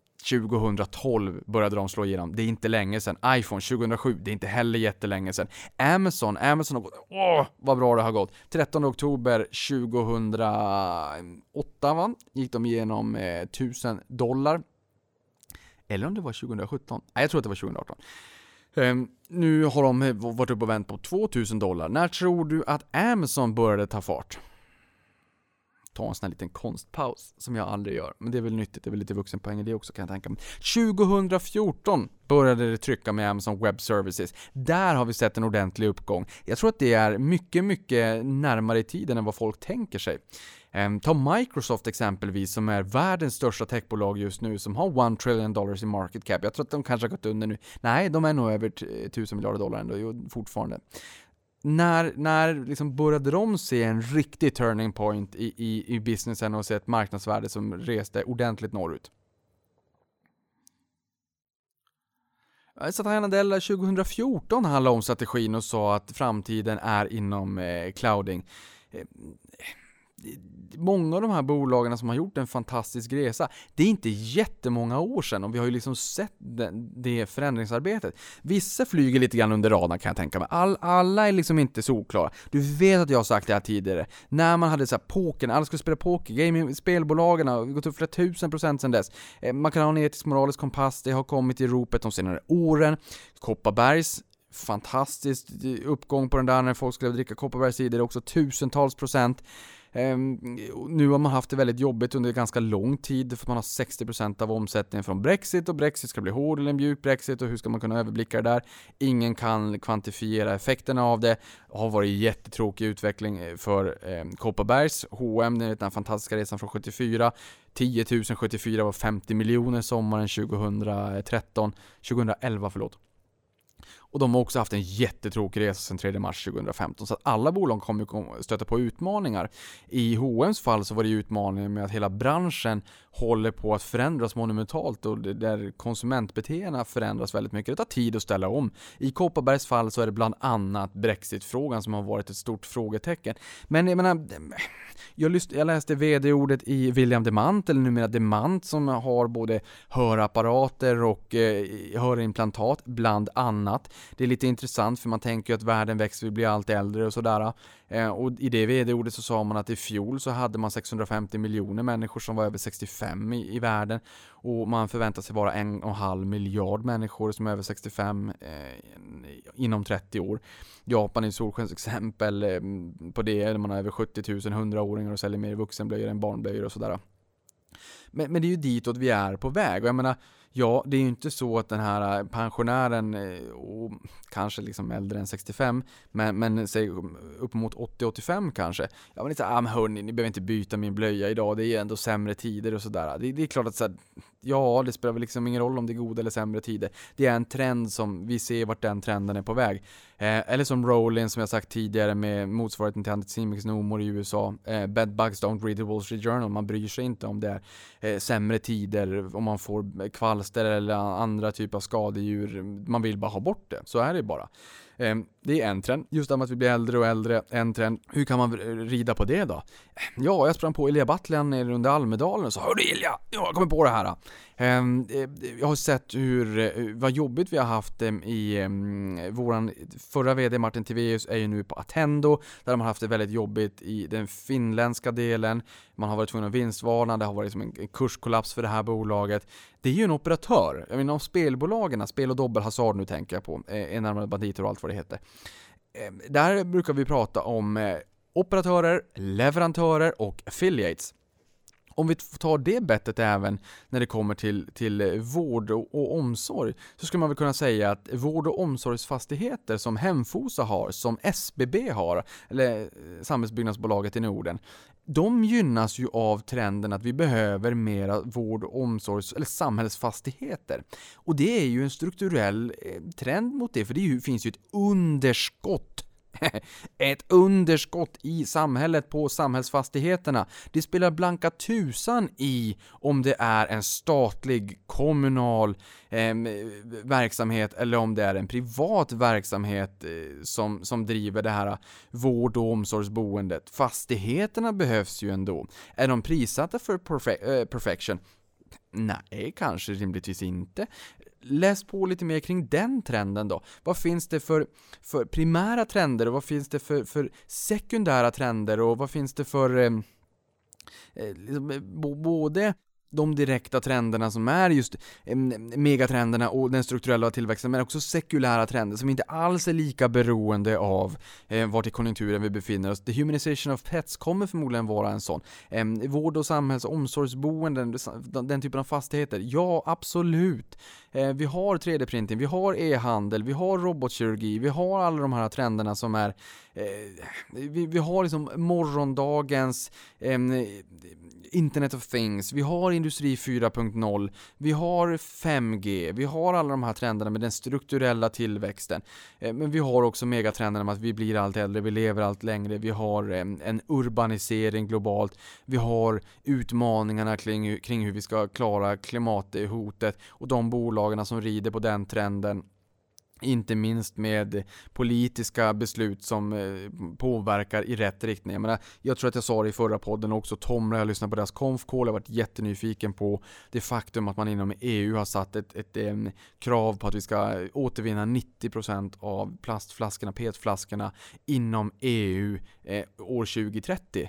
C: 2012 började de slå igenom. Det är inte länge sedan. iPhone 2007, det är inte heller jättelänge sedan. Amazon har gått, vad bra det har gått. 13 oktober 2008 gick de igenom $1,000. Eller om det var 2017. Nej, jag tror att det var 2018. Nu har de varit uppe och vänt på $2,000. När tror du att Amazon började ta fart? Ta en sån här liten konstpaus som jag aldrig gör. Men det är väl nyttigt, det är väl lite vuxenpoäng i det också kan jag tänka mig. 2014 började det trycka med Amazon Web Services. Där har vi sett en ordentlig uppgång. Jag tror att det är mycket, mycket närmare i tiden än vad folk tänker sig. Ta Microsoft exempelvis, som är världens största techbolag just nu, som har $1 trillion i market cap. Jag tror att de kanske har gått under nu. Nej, de är nog över $1,000 miljarder ändå fortfarande. När liksom började de se en riktig turning point i businessen och se ett marknadsvärde som reste ordentligt norrut? Satya Nadella 2014 handlade om strategin och sa att framtiden är inom clouding. Många av de här bolagen som har gjort en fantastisk resa, det är inte jättemånga år sedan, och vi har ju liksom sett det förändringsarbetet. Vissa flyger lite grann under radarn, kan jag tänka mig. Alla är liksom inte så oklara. Du vet att jag har sagt det här tidigare. När man hade så här poker, alla skulle spela poker, gaming, spelbolagen har gått upp för 1000% sedan dess. Man kan ha en etisk moralisk kompass, det har kommit i ropet de senare åren. Kopparbergs fantastisk uppgång på den där när folk skulle dricka Kopparbergs sidor, också tusentals %. Nu har man haft det väldigt jobbigt under ganska lång tid, för man har 60% av omsättningen från Brexit, och Brexit ska bli hård eller en mjuk Brexit, och hur ska man kunna överblicka det där? Ingen kan kvantifiera effekterna av det. Det har varit jättetråkig utveckling för Kopparbergs. H&M, den här fantastiska resan från 74, 10 074 var 50 miljoner sommaren 2011 förlåt. Och de har också haft en jättetråkig resa sedan 3 mars 2015. Så att alla bolag kommer stöta på utmaningar. I H&M's fall så var det utmaningen med att hela branschen håller på att förändras monumentalt, och där konsumentbeteendena förändras väldigt mycket. Det tar tid att ställa om. I Kopparbergs fall så är det bland annat Brexit-frågan som har varit ett stort frågetecken. Men jag menar, jag läste vd-ordet i William Demant, eller numera Demant, som har både hörapparater och hörimplantat bland annat. Det är lite intressant, för man tänker ju att världen växer, vi blir allt äldre och sådär. Och i det vd-ordet så sa man att i fjol så hade man 650 miljoner människor som var över 65 i världen, och man förväntar sig vara 1,5 miljard människor som är över 65 inom 30 år. Japan är ett solskensexempel på det, där man har över 70 000 100-åringar och säljer mer vuxenblöjor än barnblöjor och sådär. Men det är ju ditåt vi är på väg, och jag menar, ja, det är ju inte så att den här pensionären, och kanske liksom äldre än 65, men säg upp mot 80-85 kanske. Ja, men inte men hörni, ni behöver inte byta min blöja idag, det är ändå sämre tider och sådär. Det är klart att så här, ja, det spelar väl liksom ingen roll om det är goda eller sämre tider. Det är en trend som vi ser vart den trenden är på väg. Eller som Rowling, som jag sagt tidigare, med motsvarigheten till Anticimex Nomor i USA. Bedbugs don't read the Wall Street Journal. Man bryr sig inte om det är sämre tider, om man får kvalster eller andra typer av skadedjur. Man vill bara ha bort det. Så är det bara. Det är en trend. Just att vi blir äldre och äldre, en trend. Hur kan man rida på det då? Ja, jag sprang på Ilja Battlian under Almedalen och sa: hörru Ilja, jag kommer på det här. Jag har sett vad jobbigt vi har haft i våran förra vd Martin Tivéus är ju nu på Attendo, där de har haft det väldigt jobbigt i den finländska delen. Man har varit tvungen att vinstvarna, det har varit som en kurskollaps för det här bolaget. Det är ju en operatör. Jag menar, om spelbolagen, Spel och Dobbelhazard nu tänker jag på, enarmade banditer och allt vad det heter. Där brukar vi prata om operatörer, leverantörer och affiliates. Om vi tar det bettet även när det kommer till vård och omsorg, så skulle man väl kunna säga att vård- och omsorgsfastigheter som Hemfosa har, som SBB har, eller Samhällsbyggnadsbolaget i Norden, de gynnas ju av trenden att vi behöver mera vård- och omsorgs- eller samhällsfastigheter. Och det är ju en strukturell trend mot det, för det finns ju ett underskott i samhället på samhällsfastigheterna. Det spelar blanka tusan i om det är en statlig, kommunal verksamhet eller om det är en privat verksamhet som driver det här vård- och omsorgsboendet. Fastigheterna behövs ju ändå. Är de prissatta för perfection? Nej, kanske rimligtvis inte. Läs på lite mer kring den trenden då. Vad finns det för primära trender, och vad finns det för sekundära trender, och vad finns det för både de direkta trenderna som är just megatrenderna och den strukturella tillväxten, men också sekulära trender som inte alls är lika beroende av vart i konjunkturen vi befinner oss. The humanization of pets kommer förmodligen vara en sån. Vård- och samhälls- och omsorgsboenden, den typen av fastigheter. Ja, absolut. Vi har 3D-printing, vi har e-handel, vi har robotkirurgi, vi har alla de här trenderna som är vi har liksom morgondagens Internet of Things, vi har industri 4.0, vi har 5G, vi har alla de här trenderna med den strukturella tillväxten, men vi har också megatrenderna med att vi blir allt äldre, vi lever allt längre, vi har en urbanisering globalt, vi har utmaningarna kring hur vi ska klara klimathotet och de bolagen som rider på den trenden. Inte minst med politiska beslut som påverkar i rätt riktning. Jag tror att jag sa det i förra podden också. Tomra, jag lyssnade på deras konf-call. Jag har varit jättenyfiken på det faktum att man inom EU har satt ett krav på att vi ska återvinna 90% av plastflaskorna, PET-flaskorna inom EU år 2030.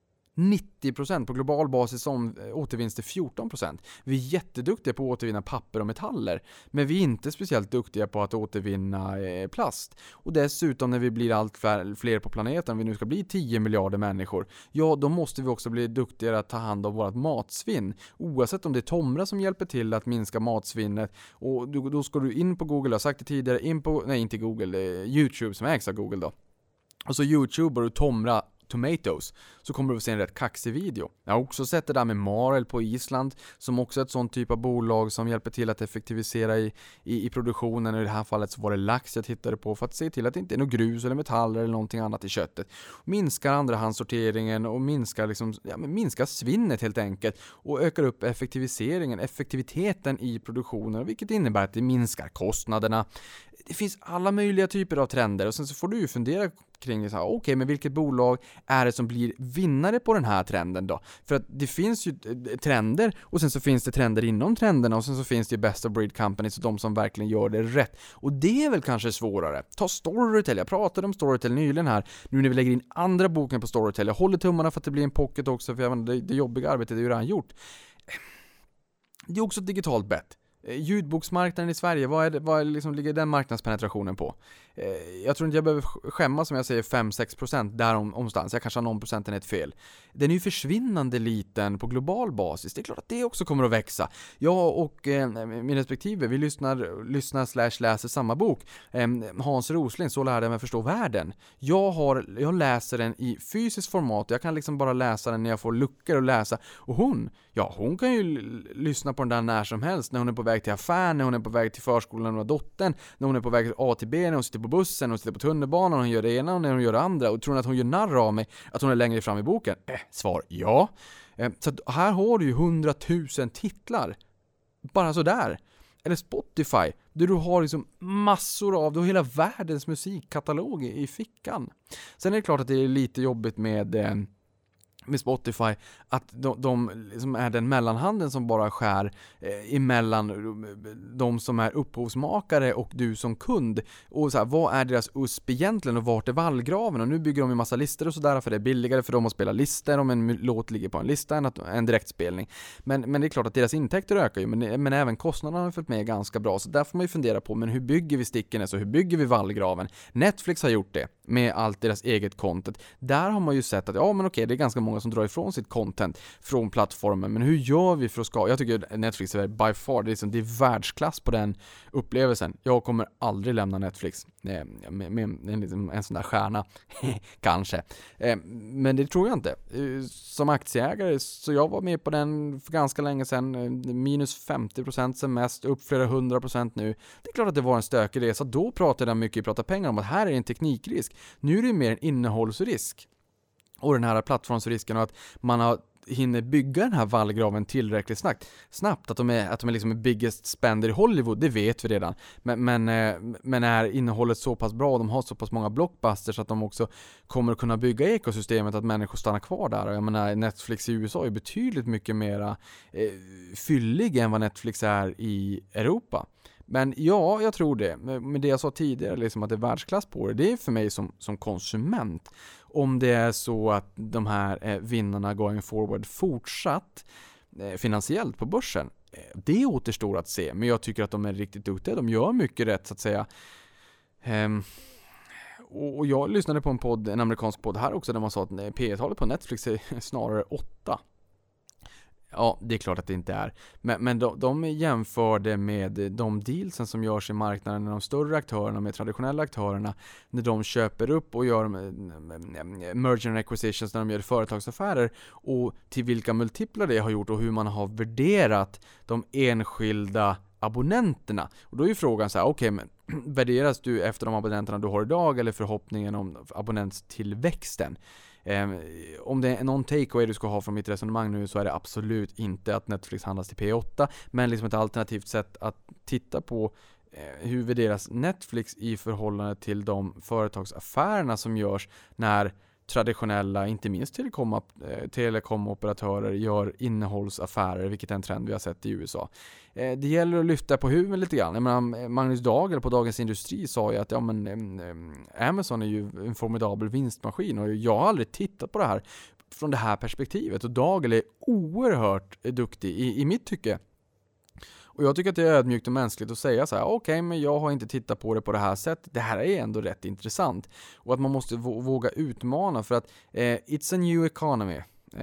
C: 90% på global basis återvinns det 14%. Vi är jätteduktiga på att återvinna papper och metaller, men vi är inte speciellt duktiga på att återvinna plast. Och dessutom när vi blir allt fler på planeten, om vi nu ska bli 10 miljarder människor, ja då måste vi också bli duktigare att ta hand om vårt matsvinn. Oavsett om det är Tomra som hjälper till att minska matsvinnet, och då ska du in på Google, jag har sagt det tidigare, inte Google, YouTube som ägs av Google då. Och så YouTuber och Tomra Tomatoes, så kommer du att se en rätt kaxig video. Jag har också sett det där med Marel på Island, som också är ett sånt typ av bolag som hjälper till att effektivisera i produktionen. I det här fallet så var det lax jag tittade på för att se till att det inte är något grus eller metaller eller någonting annat i köttet. Minskar andrahandssorteringen och minskar svinnet helt enkelt, och ökar upp effektiviteten i produktionen, vilket innebär att det minskar kostnaderna. Det finns alla möjliga typer av trender, och sen så får du ju fundera kring så här, okej, men vilket bolag är det som blir vinnare på den här trenden då? För att det finns ju trender, och sen så finns det trender inom trenderna, och sen så finns det best of breed companies och de som verkligen gör det rätt. Och det är väl kanske svårare. Ta Storytel, jag pratade om Storytel nyligen här, nu när vi lägger in andra boken på Storytel. Jag håller tummarna för att det blir en pocket också, för det jobbiga arbetet är ju redan gjort. Det är också ett digitalt bett. Ljudboksmarknaden i Sverige, vad liksom ligger den marknadspenetrationen på? Jag tror inte jag behöver skämmas om jag säger 5-6% där omstans. Jag kanske har någon procentenhet fel. Den är ju försvinnande liten på global basis. Det är klart att det också kommer att växa. Jag och min respektive, vi lyssnar/läser samma bok. Hans Rosling, Så lärde jag mig förstå världen. Jag läser den i fysiskt format. Jag kan liksom bara läsa den när jag får luckor att läsa. Och hon kan ju lyssna på den där när som helst. När hon är på väg till affären, när hon är på väg till förskolan med dottern, när hon är på väg till A till B, när hon sitter på bussen, och sitter på tunnelbanan, och hon gör det ena och när hon gör det andra. Och tror hon att hon gör narr av mig att hon är längre fram i boken? Svar ja. Så här har du ju 100 000 titlar. Bara så där. Eller Spotify, där du har liksom massor av, du har hela världens musikkatalog i fickan. Sen är det klart att det är lite jobbigt med Spotify, att de liksom är den mellanhanden som bara skär emellan de som är upphovsmakare och du som kund. Och så här, vad är deras USP egentligen och vart är vallgraven? Och nu bygger de en massa listor och sådär, för det är billigare för dem att spela listor om en låt ligger på en lista än en direktspelning. Men det är klart att deras intäkter ökar ju, men även kostnaderna har följt med ganska bra. Så där får man ju fundera på, men hur bygger vi sticken? Alltså hur bygger vi vallgraven? Netflix har gjort det med allt deras eget content. Där har man ju sett att det är ganska många som drar ifrån sitt content från plattformen, men hur gör vi för att skapa? Jag tycker Netflix är by far, det är världsklass på den upplevelsen. Jag kommer aldrig lämna Netflix med en sån där stjärna kanske, men det tror jag inte. Som aktieägare, så jag var med på den för ganska länge sedan, minus 50% som mest, upp flera 100% nu. Det är klart att det var en stökig resa. Då pratade jag mycket, prata pengar om att här är en teknikrisk. Nu är det mer en innehållsrisk. Och den här plattformsrisken, och att man hinner bygga den här vallgraven tillräckligt snabbt, att de är liksom biggest spender i Hollywood, det vet vi redan. Men är innehållet så pass bra och de har så pass många blockbusters att de också kommer att kunna bygga ekosystemet, att människor stannar kvar där. Och jag menar, Netflix i USA är betydligt mycket mera fyllig än vad Netflix är i Europa. Men ja, jag tror det. Men det jag sa tidigare, liksom att det är världsklass på det är för mig som konsument. Om det är så att de här vinnarna going forward fortsatt finansiellt på börsen. Det återstår att se, men jag tycker att de är riktigt duktiga. De gör mycket rätt så att säga. Och jag lyssnade på en amerikansk podd här också där man sa att P/E-talet på Netflix är snarare 8. Ja, det är klart att det inte är. Men de jämförde med de dealsen som görs i marknaden när de större aktörerna med traditionella aktörerna, när de köper upp och gör merger and acquisitions, när de gör företagsaffärer, och till vilka multiplar det har gjort och hur man har värderat de enskilda abonnenterna. Och då är ju frågan så här, okej, men värderas du efter de abonnenterna du har idag eller förhoppningen om abonnentstillväxten? Om det är någon takeaway du ska ha från mitt resonemang nu, så är det absolut inte att Netflix handlas till P8, men liksom ett alternativt sätt att titta på hur värderas Netflix i förhållande till de företagsaffärerna som görs när traditionella, inte minst telekomoperatörer gör innehållsaffärer, vilket är en trend vi har sett i USA. Det gäller att lyfta på huvudet lite grann. Jag menar, Magnus Dagel på Dagens Industri sa ju att Amazon är ju en formidabel vinstmaskin, och jag har aldrig tittat på det här från det här perspektivet, och Dagel är oerhört duktig i mitt tycke. Och jag tycker att det är ödmjukt och mänskligt att säga så här: okej, men jag har inte tittat på det på det här sättet. Det här är ändå rätt intressant. Och att man måste våga utmana, för att it's a new economy.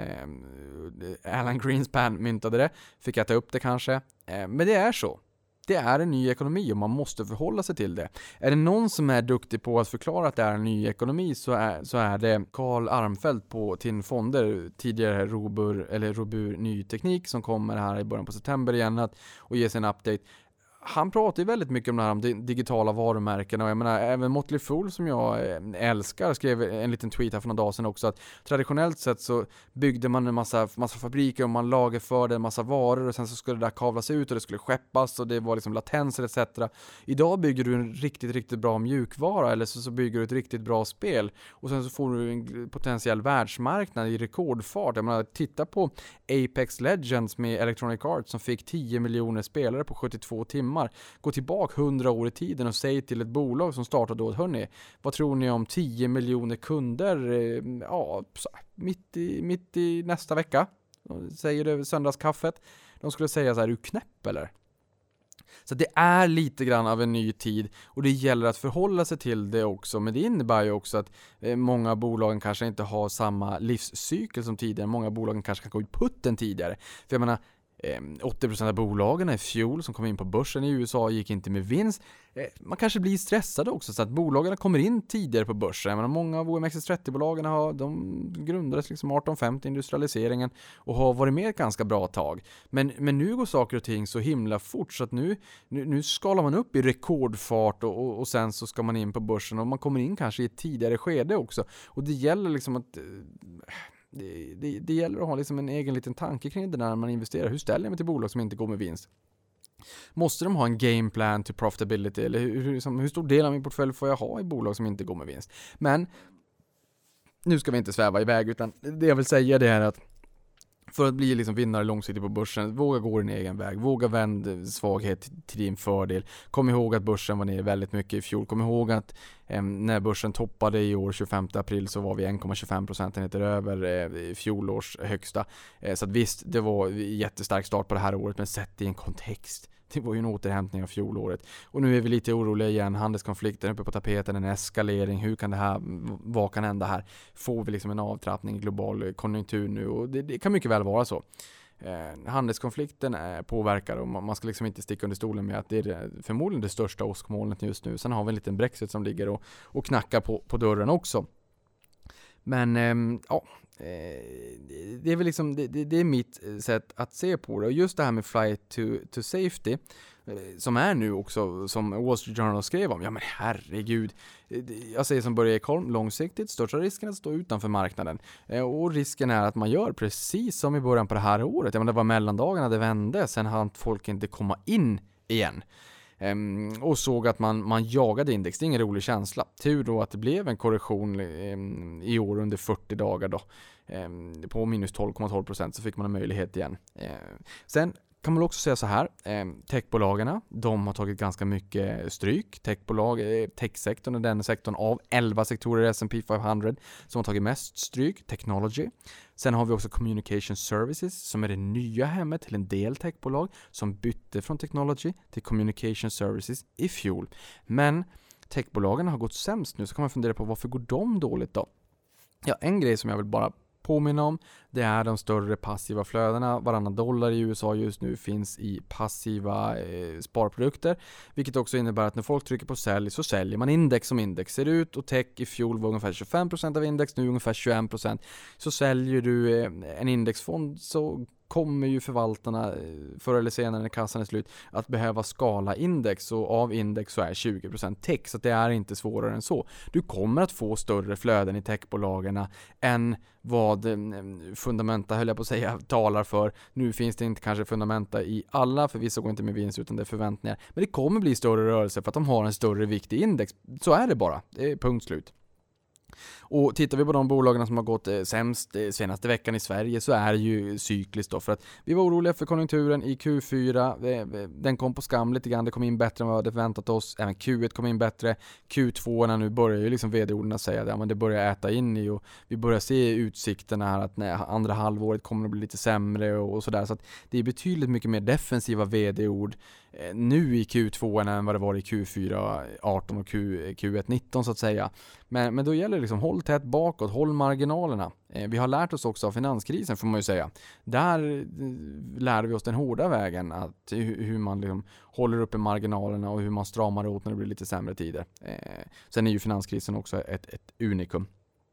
C: Alan Greenspan myntade det. Fick jag ta upp det kanske. Men det är så. Det är en ny ekonomi och man måste förhålla sig till det. Är det någon som är duktig på att förklara att det är en ny ekonomi, så är det Carl Armfelt på TIN Fonder, tidigare Robur Ny Teknik, som kommer här i början på september igen och ger sig en update. Han pratar ju väldigt mycket om det här, om digitala varumärken, och jag menar, även Motley Fool, som jag älskar, skrev en liten tweet här för några dagar sedan också, att traditionellt sett så byggde man en massa fabriker och man lagerförde en massa varor, och sen så skulle det där kavlas ut och det skulle skeppas och det var liksom latenser etc. Idag bygger du en riktigt bra mjukvara, eller så bygger du ett riktigt bra spel, och sen så får du en potentiell världsmarknad i rekordfart. Jag menar, titta på Apex Legends med Electronic Arts som fick 10 miljoner spelare på 72 timmar. Gå tillbaka 100 år i tiden och säg till ett bolag som startade då: hörni, vad tror ni om 10 miljoner kunder mitt i nästa vecka? Säger det söndagskaffet. De skulle säga så här: är du knäpp eller? Så det är lite grann av en ny tid, och det gäller att förhålla sig till det också. Men det innebär ju också att många bolagen kanske inte har samma livscykel som tidigare. Många bolagen kanske kan gå i putten tidigare. För jag menar, 80% av bolagen i fjol som kom in på börsen i USA gick inte med vinst. Man kanske blir stressad också, så att bolagen kommer in tidigare på börsen. Jag menar, många av OMXS30-bolagen de grundades liksom 1850, industrialiseringen, och har varit med ett ganska bra tag. Men nu går saker och ting så himla fort, så att nu skalar man upp i rekordfart och sen så ska man in på börsen, och man kommer in kanske i ett tidigare skede också. Och det gäller liksom att det gäller att ha liksom en egen liten tanke kring det när man investerar. Hur ställer jag mig till bolag som inte går med vinst? Måste de ha en game plan to profitability? Eller hur stor del av min portfölj får jag ha i bolag som inte går med vinst? Men nu ska vi inte sväva iväg, utan det jag vill säga det är att för att bli liksom vinnare långsiktigt på börsen, våga gå din egen väg. Våga vända svaghet till din fördel. Kom ihåg att börsen var ner väldigt mycket i fjol. Kom ihåg att när börsen toppade i år 25 april så var vi 1,25% över fjolårs högsta. Så att visst, det var en jättestark start på det här året, men sett i en kontext. Det var ju en återhämtning av fjolåret. Och nu är vi lite oroliga igen. Handelskonflikten uppe på tapeten, en eskalering. Hur kan det här, vad kan hända här? Får vi liksom en avtrappning i global konjunktur nu? Och det kan mycket väl vara så. Handelskonflikten påverkar, och man ska liksom inte sticka under stolen med att det är förmodligen det största åskmolnet just nu. Sen har vi en liten Brexit som ligger och knackar på dörren också. Men det är väl liksom det är mitt sätt att se på det. Och just det här med flight to safety som är nu också, som Wall Street Journal skrev om. Ja men herregud. Jag säger som Börje Ekholm, långsiktigt största risken att stå utanför marknaden. Och risken är att man gör precis som i början på det här året. Jag menar, det var mellandagarna det vände, sen hann folk inte komma in igen. Och såg att man jagade index. Det är ingen rolig känsla. Tur då att det blev en korrektion i år under 40 dagar då. På minus 12,12% så fick man en möjlighet igen. Sen kan man också säga så här, techbolagarna, de har tagit ganska mycket stryk. Techsektorn är den sektorn av 11 sektorer i S&P 500 som har tagit mest stryk, technology. Sen har vi också communication services som är det nya hemmet till en del techbolag som bytte från technology till communication services i fjol. Men techbolagen har gått sämst nu, så kan man fundera på varför går de dåligt då? Ja, en grej som jag vill bara påminna om, det är de större passiva flödena. Varannan dollar i USA just nu finns i passiva sparprodukter, vilket också innebär att när folk trycker på sälj så säljer man index som index ser ut, och tech i fjol var ungefär 25% av index, nu ungefär 21%. Så säljer du en indexfond så kommer ju förvaltarna förr eller senare när kassan är slut att behöva skala index, och av index så är 20% tech, så det är inte svårare än så. Du kommer att få större flöden i techbolagen än vad fundamenta, höll jag på att säga, talar för. Nu finns det inte kanske fundamenta i alla, för vissa går inte med vinst utan det är förväntningar. Men det kommer bli större rörelse för att de har en större vikt i index. Så är det bara. Det är punkt slut. Och tittar vi på de bolagen som har gått sämst senaste veckan i Sverige, så är det ju cykliskt då, för att vi var oroliga för konjunkturen i Q4, den kom på skam lite grann, det kom in bättre än vad vi hade förväntat oss, även Q1 kom in bättre, Q2 nu börjar ju liksom vd-orden säga att men det börjar äta in i, och vi börjar se utsikterna här att andra halvåret kommer att bli lite sämre och sådär, så att det är betydligt mycket mer defensiva vd-ord nu i Q2 än vad det var i Q4 18 och Q1 19 så att säga. Men då gäller det liksom håll tätt bakåt, håll marginalerna. Vi har lärt oss också av finanskrisen, får man ju säga. Där lärde vi oss den hårda vägen, att hur man liksom håller uppe marginalerna och hur man stramar åt när det blir lite sämre tider. Sen är ju finanskrisen också ett unikum.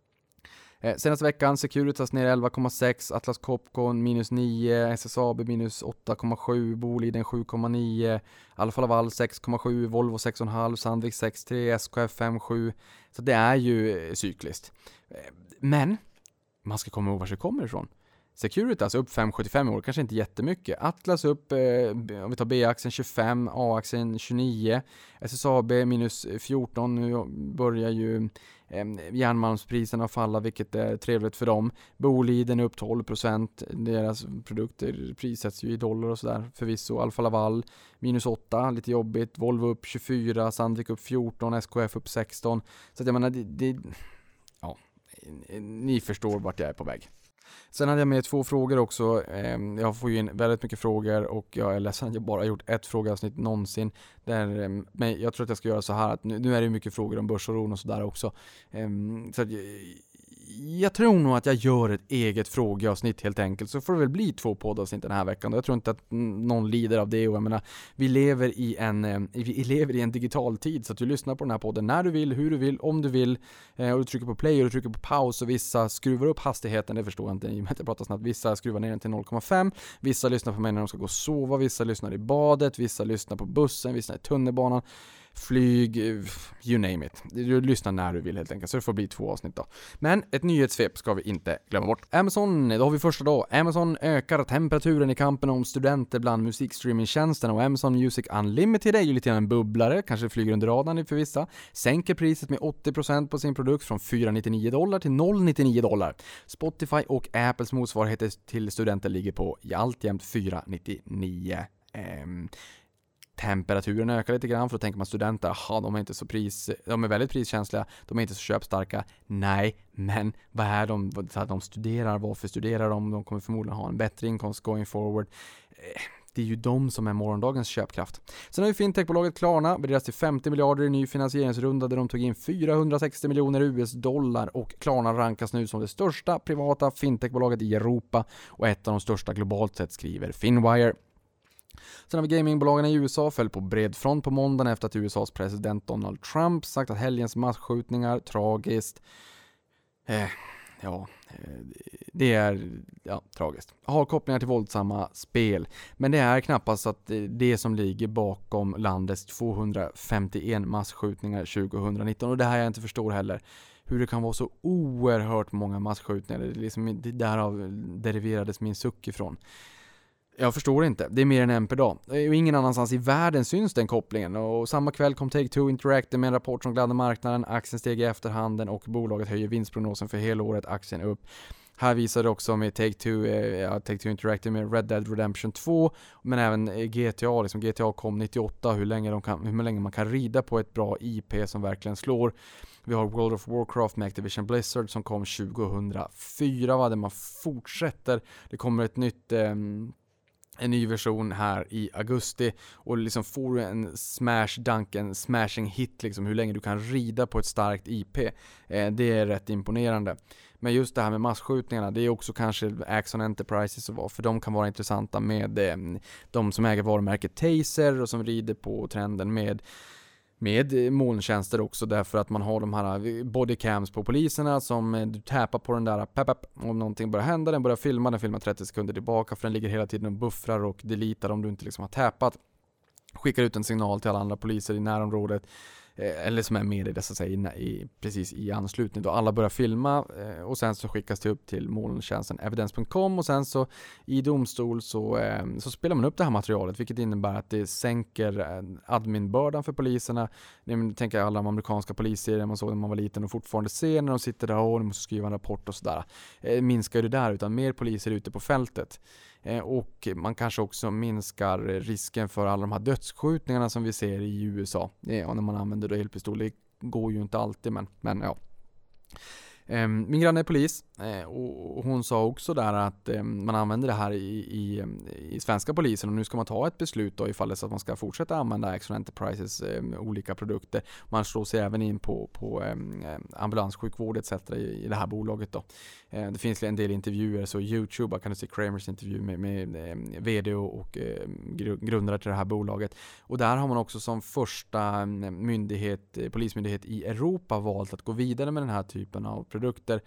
C: Senaste veckan Securitas ner 11,6, Atlas Copco minus 9, SSAB minus 8,7, Boliden 7,9, Alfa Laval 6,7, Volvo 6,5, Sandvik 6,3, SKF 5,7. Så det är ju cykliskt. Men man ska komma ihåg var det kommer ifrån. Securitas upp 5,75 år, kanske inte jättemycket. Atlas upp, om vi tar B-aktien 25, A-aktien 29, SSAB minus 14. Nu börjar ju järnmalmspriserna falla, vilket är trevligt för dem. Boliden upp 12%, deras produkter prissätts ju i dollar och sådär förvisso. Alfa Laval minus 8, lite jobbigt. Volvo upp 24, Sandvik upp 14, SKF upp 16. Så att jag menar, ja, ni förstår vart jag är på väg. Sen hade jag med 2 frågor också. Jag får ju in väldigt mycket frågor och jag är ledsen att jag bara gjort ett frågeavsnitt någonsin. Men jag tror att jag ska göra så här att nu är det mycket frågor om börsoron och sådär också. Så att jag tror nog att jag gör ett eget frågeavsnitt helt enkelt. Så får det väl bli 2 poddavsnitt den här veckan. Jag tror inte att någon lider av det. Och jag menar, vi lever i en digital tid, så att du lyssnar på den här podden när du vill, hur du vill, om du vill. Och du trycker på play och du trycker på paus, och vissa skruvar upp hastigheten, det förstår jag inte i och med att jag pratar snabbt. Vissa skruvar ner den till 0,5. Vissa lyssnar på mig när de ska gå och sova. Vissa lyssnar i badet. Vissa lyssnar på bussen. Vissa i tunnelbanan. Flyg, you name it. Du lyssnar när du vill helt enkelt, så det får bli 2 avsnitt då. Men ett nyhetssvep ska vi inte glömma bort. Amazon, då har vi första dag. Amazon ökar temperaturen i kampen om studenter bland musikstreamingtjänsten, och Amazon Music Unlimited är ju lite grann en bubblare, kanske flyger under radarn för vissa. Sänker priset med 80% på sin produkt från $499 till $099. Spotify och Apples motsvarigheter till studenter ligger på alltjämt $499. Temperaturen ökar lite grann, för då tänker man studenter, de är väldigt priskänsliga, de är inte så köpstarka. Nej, men vad är de studerar, varför studerar de kommer förmodligen ha en bättre inkomst going forward. Det är ju de som är morgondagens köpkraft. Sen har vi fintechbolaget Klarna, värderas till 50 miljarder i ny finansieringsrunda där de tog in 460 miljoner US-dollar, och Klarna rankas nu som det största privata fintechbolaget i Europa och ett av de största globalt sett, skriver Finwire. Sen har vi gamingbolagen i USA föll på bred front på måndagen efter att USAs president Donald Trump sagt att helgens masskjutningar tragiskt. Det är tragiskt. Har kopplingar till våldsamma spel, men det är knappast att det som ligger bakom landets 251 masskjutningar 2019, och det här jag inte förstår heller. Hur det kan vara så oerhört många masskjutningar. Det därav deriverades min suck ifrån. Jag förstår inte. Det är mer än en per dag. Och ingen annanstans i världen syns den kopplingen. Och samma kväll kom Take-Two Interactive med en rapport som gladde marknaden. Aktien steg i efterhanden och bolaget höjer vinstprognosen för hela året. Aktien upp. Här visar det också med Take-Two Interactive med Red Dead Redemption 2, men även GTA. Liksom GTA kom 98, hur länge man kan rida på ett bra IP som verkligen slår. Vi har World of Warcraft med Activision Blizzard som kom 2004, där man fortsätter. Det kommer ett nytt... en ny version här i augusti och liksom får en smashing hit, liksom hur länge du kan rida på ett starkt IP. Det är rätt imponerande. Men just det här med massskjutningarna, det är också kanske Axon Enterprises och vad, för de kan vara intressanta med de som äger varumärket Taser och som rider på trenden med molntjänster också, därför att man har de här bodycams på poliserna som du tappar på den där om någonting börjar hända, den börjar filma, den filmar 30 sekunder tillbaka för den ligger hela tiden och buffrar och deletar om du inte liksom har tappat. Skickar ut en signal till alla andra poliser i närområdet eller som är med i dessa precis i anslutning då alla börjar filma och sen så skickas det upp till molntjänsten evidence.com och sen så i domstol så spelar man upp det här materialet, vilket innebär att det sänker adminbördan för poliserna. Jag tänker alla de amerikanska poliser man såg när man var liten och fortfarande ser när de sitter där och de måste skriva en rapport och sådär. Minskar det där, utan mer poliser ute på fältet. Och man kanske också minskar risken för alla de här dödsskjutningarna som vi ser i USA. Ja, när man använder då elpistol, det går ju inte alltid, men ja. Min granne är polis och hon sa också där att man använder det här i svenska polisen och nu ska man ta ett beslut då ifall det så att man ska fortsätta använda Axon Enterprises olika produkter. Man slår sig även in på ambulanssjukvård etc. i det här bolaget då. Det finns en del intervjuer, så YouTube kan du se Kramers intervju med vd och grundare till det här bolaget. Och där har man också som första polismyndighet i Europa valt att gå vidare med den här typen av produkter.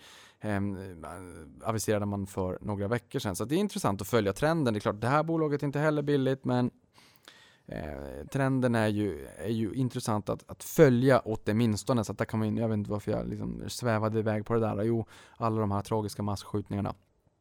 C: Aviserade man för några veckor sedan. Så det är intressant att följa trenden. Det är klart, det här bolaget är inte heller billigt, men trenden är ju intressant att följa åt det minstone. Så att där kan man, jag vet inte varför jag liksom svävade iväg på det där. Jo, alla de här tragiska massskjutningarna.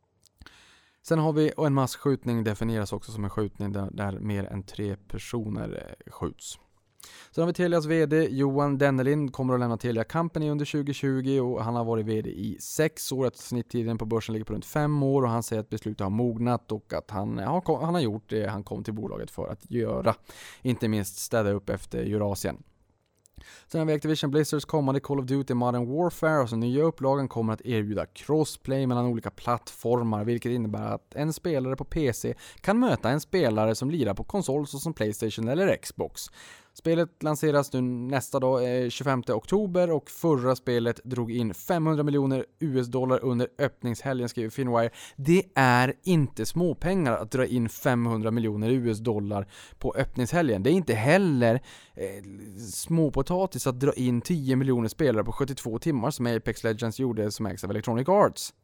C: Sen har vi, och en massskjutning definieras också som en skjutning där mer än 3 personer skjuts. Sen har vi Telias vd Johan Dennelind, kommer att lämna Telia Company under 2020 och han har varit vd i 6 år. Att snitttiden på börsen ligger på runt 5 år och han säger att beslutet har mognat och att han har gjort det han kom till bolaget för att göra. Inte minst städa upp efter Eurasien. Sen har vi Activision Blizzards kommande Call of Duty Modern Warfare och så nya upplagan kommer att erbjuda crossplay mellan olika plattformar, vilket innebär att en spelare på PC kan möta en spelare som lirar på konsol såsom PlayStation eller Xbox. Spelet lanseras nu nästa dag, 25 oktober, och förra spelet drog in 500 miljoner US-dollar under öppningshelgen, skriver Finwire. Det är inte småpengar att dra in 500 miljoner US-dollar på öppningshelgen. Det är inte heller småpotatis att dra in 10 miljoner spelare på 72 timmar som Apex Legends gjorde, som ägs av Electronic Arts.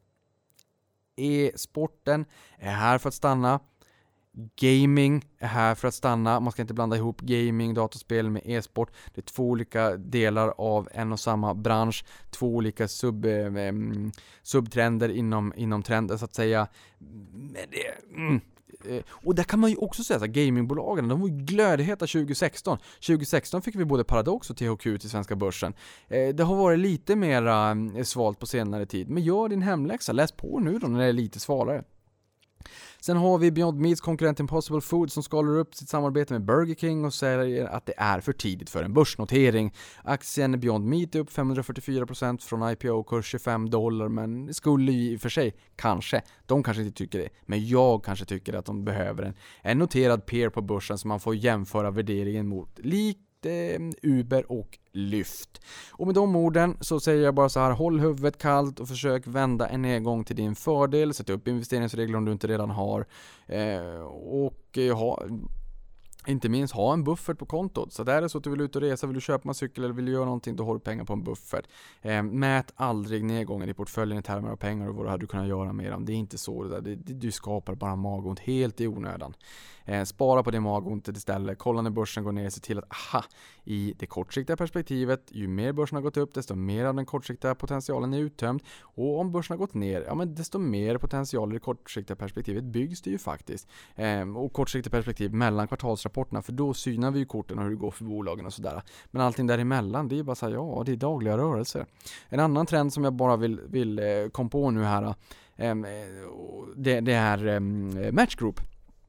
C: E-sporten är här för att stanna. Gaming är här för att stanna. Man ska inte blanda ihop gaming, dataspel med e-sport. Det är 2 olika delar av en och samma bransch. 2 olika subtrender inom trenden så att säga. Och där kan man ju också säga att gamingbolagen, de var ju glödheta 2016. 2016 fick vi både Paradox och THQ till svenska börsen. Det har varit lite mer svalt på senare tid. Men gör din hemläxa, läs på nu då när det är lite svalare. Sen har vi Beyond Meats konkurrent Impossible Foods som skalar upp sitt samarbete med Burger King och säger att det är för tidigt för en börsnotering. Aktien Beyond Meat är upp 544% från IPO-kurs $25, men det skulle ju i och för sig de kanske inte tycker det, men jag kanske tycker att de behöver en noterad peer på börsen så man får jämföra värderingen mot likt Uber och Lyft. Och med de orden så säger jag bara så här: håll huvudet kallt och försök vända en nedgång till din fördel. Sätt upp investeringsregler om du inte redan har inte minst ha en buffert på kontot. Så där är det så att du vill ut och resa, vill du köpa en cykel eller vill du göra någonting, då har du pengar på en buffert. Mät aldrig nedgången i portföljen i termer av pengar och vad du hade kunnat göra med dem. Det är inte så det där. Du skapar bara magont helt i onödan. Spara på det magontet istället. Kolla när börsen går ner. Se till att i det kortsiktiga perspektivet, ju mer börsen har gått upp, desto mer av den kortsiktiga potentialen är uttömd. Och om börsen har gått ner, desto mer potential i det kortsiktiga perspektivet byggs det ju faktiskt. Och kortsiktiga perspektiv mellan kvartalsrapporterna, för då synar vi ju korten och hur det går för bolagen och sådär. Men allting däremellan, det är bara så här, det är dagliga rörelser. En annan trend som jag bara vill kom på nu här, det är Match Group.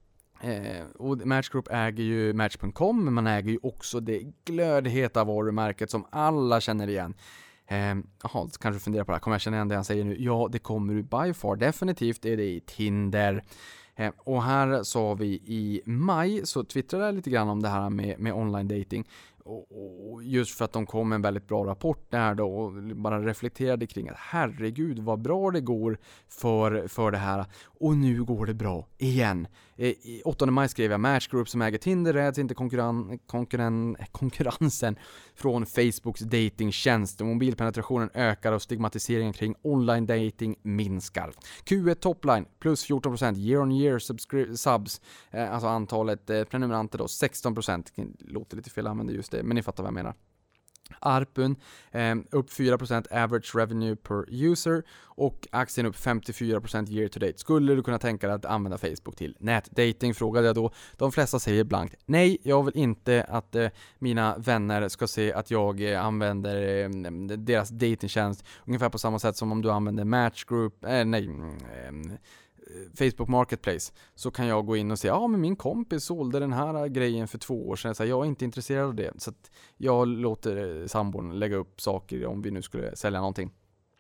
C: Och Match Group äger ju Match.com, men man äger ju också det glödheta varumärket som alla känner igen. Kanske fundera på det här. Kommer jag känna igen det han säger nu? Ja, det kommer ju by far. Definitivt är det i Tinder. Och här sa vi i maj, så twittrade jag lite grann om det här med online dating. Och just för att de kom med en väldigt bra rapport där då, och bara reflekterade kring att herregud vad bra det går för det här, och nu går det bra igen. 8 maj skrev jag: Match Group som äger Tinder räds inte konkurrensen från Facebooks datingtjänst. Mobilpenetrationen ökar och stigmatiseringen kring online dating minskar. Q1 topline plus 14% year on year subs, alltså antalet prenumeranter då 16%. Låter lite fel att använda just det, men ni fattar vad jag menar. ARPUn upp 4%, average revenue per user, och aktien upp 54% year to date. Skulle du kunna tänka dig att använda Facebook till nätdating, frågade jag då. De flesta säger blankt nej, jag vill inte att mina vänner ska se att jag använder deras datingtjänst, ungefär på samma sätt som om du använder Match Group, Facebook Marketplace, så kan jag gå in och säga men min kompis sålde den här grejen för 2 år sedan, så jag är inte intresserad av det, så att jag låter sambon lägga upp saker om vi nu skulle sälja någonting.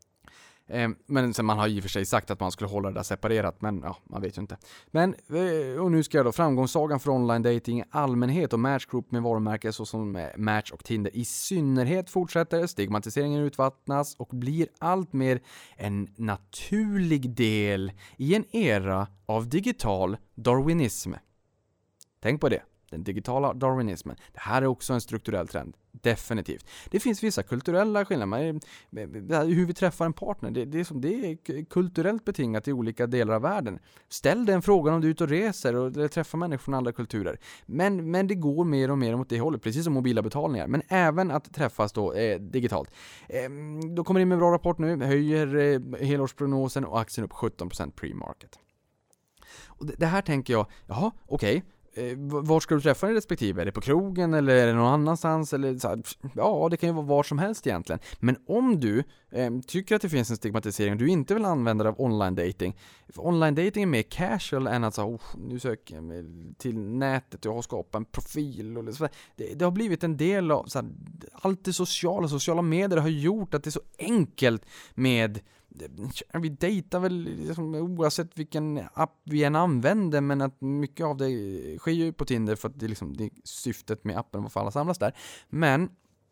C: Men sen man har i för sig sagt att man skulle hålla det där separerat, men man vet ju inte. Men och nu ska jag då framgångssagan för online dating i allmänhet och Match Group med varumärken såsom Match och Tinder i synnerhet fortsätter. Stigmatiseringen utvattnas och blir allt mer en naturlig del i en era av digital darwinism. Tänk på det. Den digitala darwinismen. Det här är också en strukturell trend. Definitivt. Det finns vissa kulturella skillnader. Hur vi träffar en partner. Det är kulturellt betingat i olika delar av världen. Ställ den frågan om du är ute och reser och träffar människor från andra kulturer. Men det går mer och mer mot det hållet. Precis som mobila betalningar. Men även att träffas då digitalt. Då kommer det in med en bra rapport nu. Höjer helårsprognosen och aktien upp 17% pre-market. Och det här tänker jag, okej. Var ska du träffa dig respektive? Är det på krogen eller är det någon annanstans? Eller så här, det kan ju vara var som helst egentligen. Men om du tycker att det finns en stigmatisering och du inte vill använda dig av online dating. Online dating är mer casual än att nu söker jag mig till nätet och har skapat en profil. Och så. Det har blivit en del av så här, allt det sociala medier har gjort att det är så enkelt med. Vi dejtar väl liksom, oavsett vilken app vi än använder, men att mycket av det sker ju på Tinder för att det är syftet med appen varför alla samlas där. Men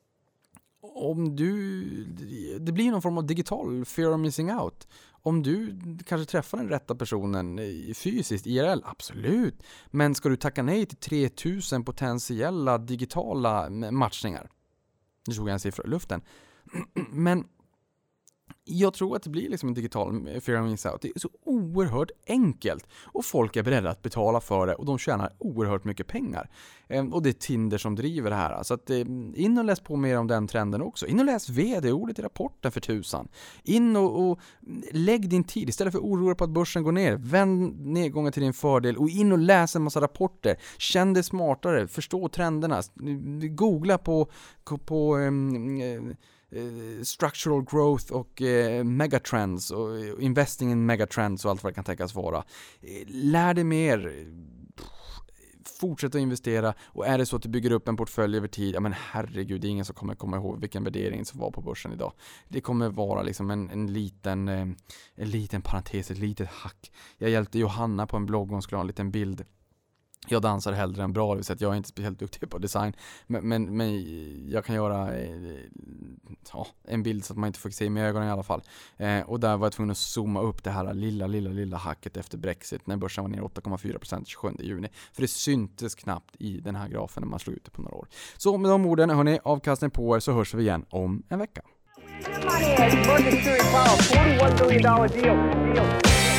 C: om det blir någon form av digital fear of missing out. Om du kanske träffar den rätta personen fysiskt, IRL, absolut. Men ska du tacka nej till 3000 potentiella digitala matchningar? Nu såg jag en siffra i luften. Men jag tror att det blir liksom en digital fear of missing out. Det är så oerhört enkelt. Och folk är beredda att betala för det. Och de tjänar oerhört mycket pengar. Och det är Tinder som driver det här. Så att, in och läs på mer om den trenden också. In och läs vd-ordet i rapporten för 1000. In och lägg din tid. Istället för oroa på att börsen går ner. Vänd nedgången till din fördel. Och in och läs en massa rapporter. Känn dig smartare. Förstå trenderna. Googla på structural growth och megatrends och investing in megatrends och allt vad det kan tänkas vara. Lär dig mer. Fortsätt att investera, och är det så att du bygger upp en portfölj över tid, men herregud, det är ingen som kommer komma ihåg vilken värdering som var på börsen idag. Det kommer vara liksom en liten parentes, ett litet hack. Jag hjälpte Johanna på en blogg, hon skulle ha en liten bild. Jag dansar hellre än bra, det vill säga att jag är inte speciellt duktig på design, men jag kan göra en bild så att man inte får se med ögonen i alla fall. Och där var jag tvungen att zooma upp det här lilla hacket efter Brexit när börsen var ner 8,4% 27 juni. För det syntes knappt i den här grafen när man slog ut det på några år. Så med de orden, hörni, avkastning på er, så hörs vi igen om en vecka.
A: Money, Morgan Stanley Powell, $41 billion deal.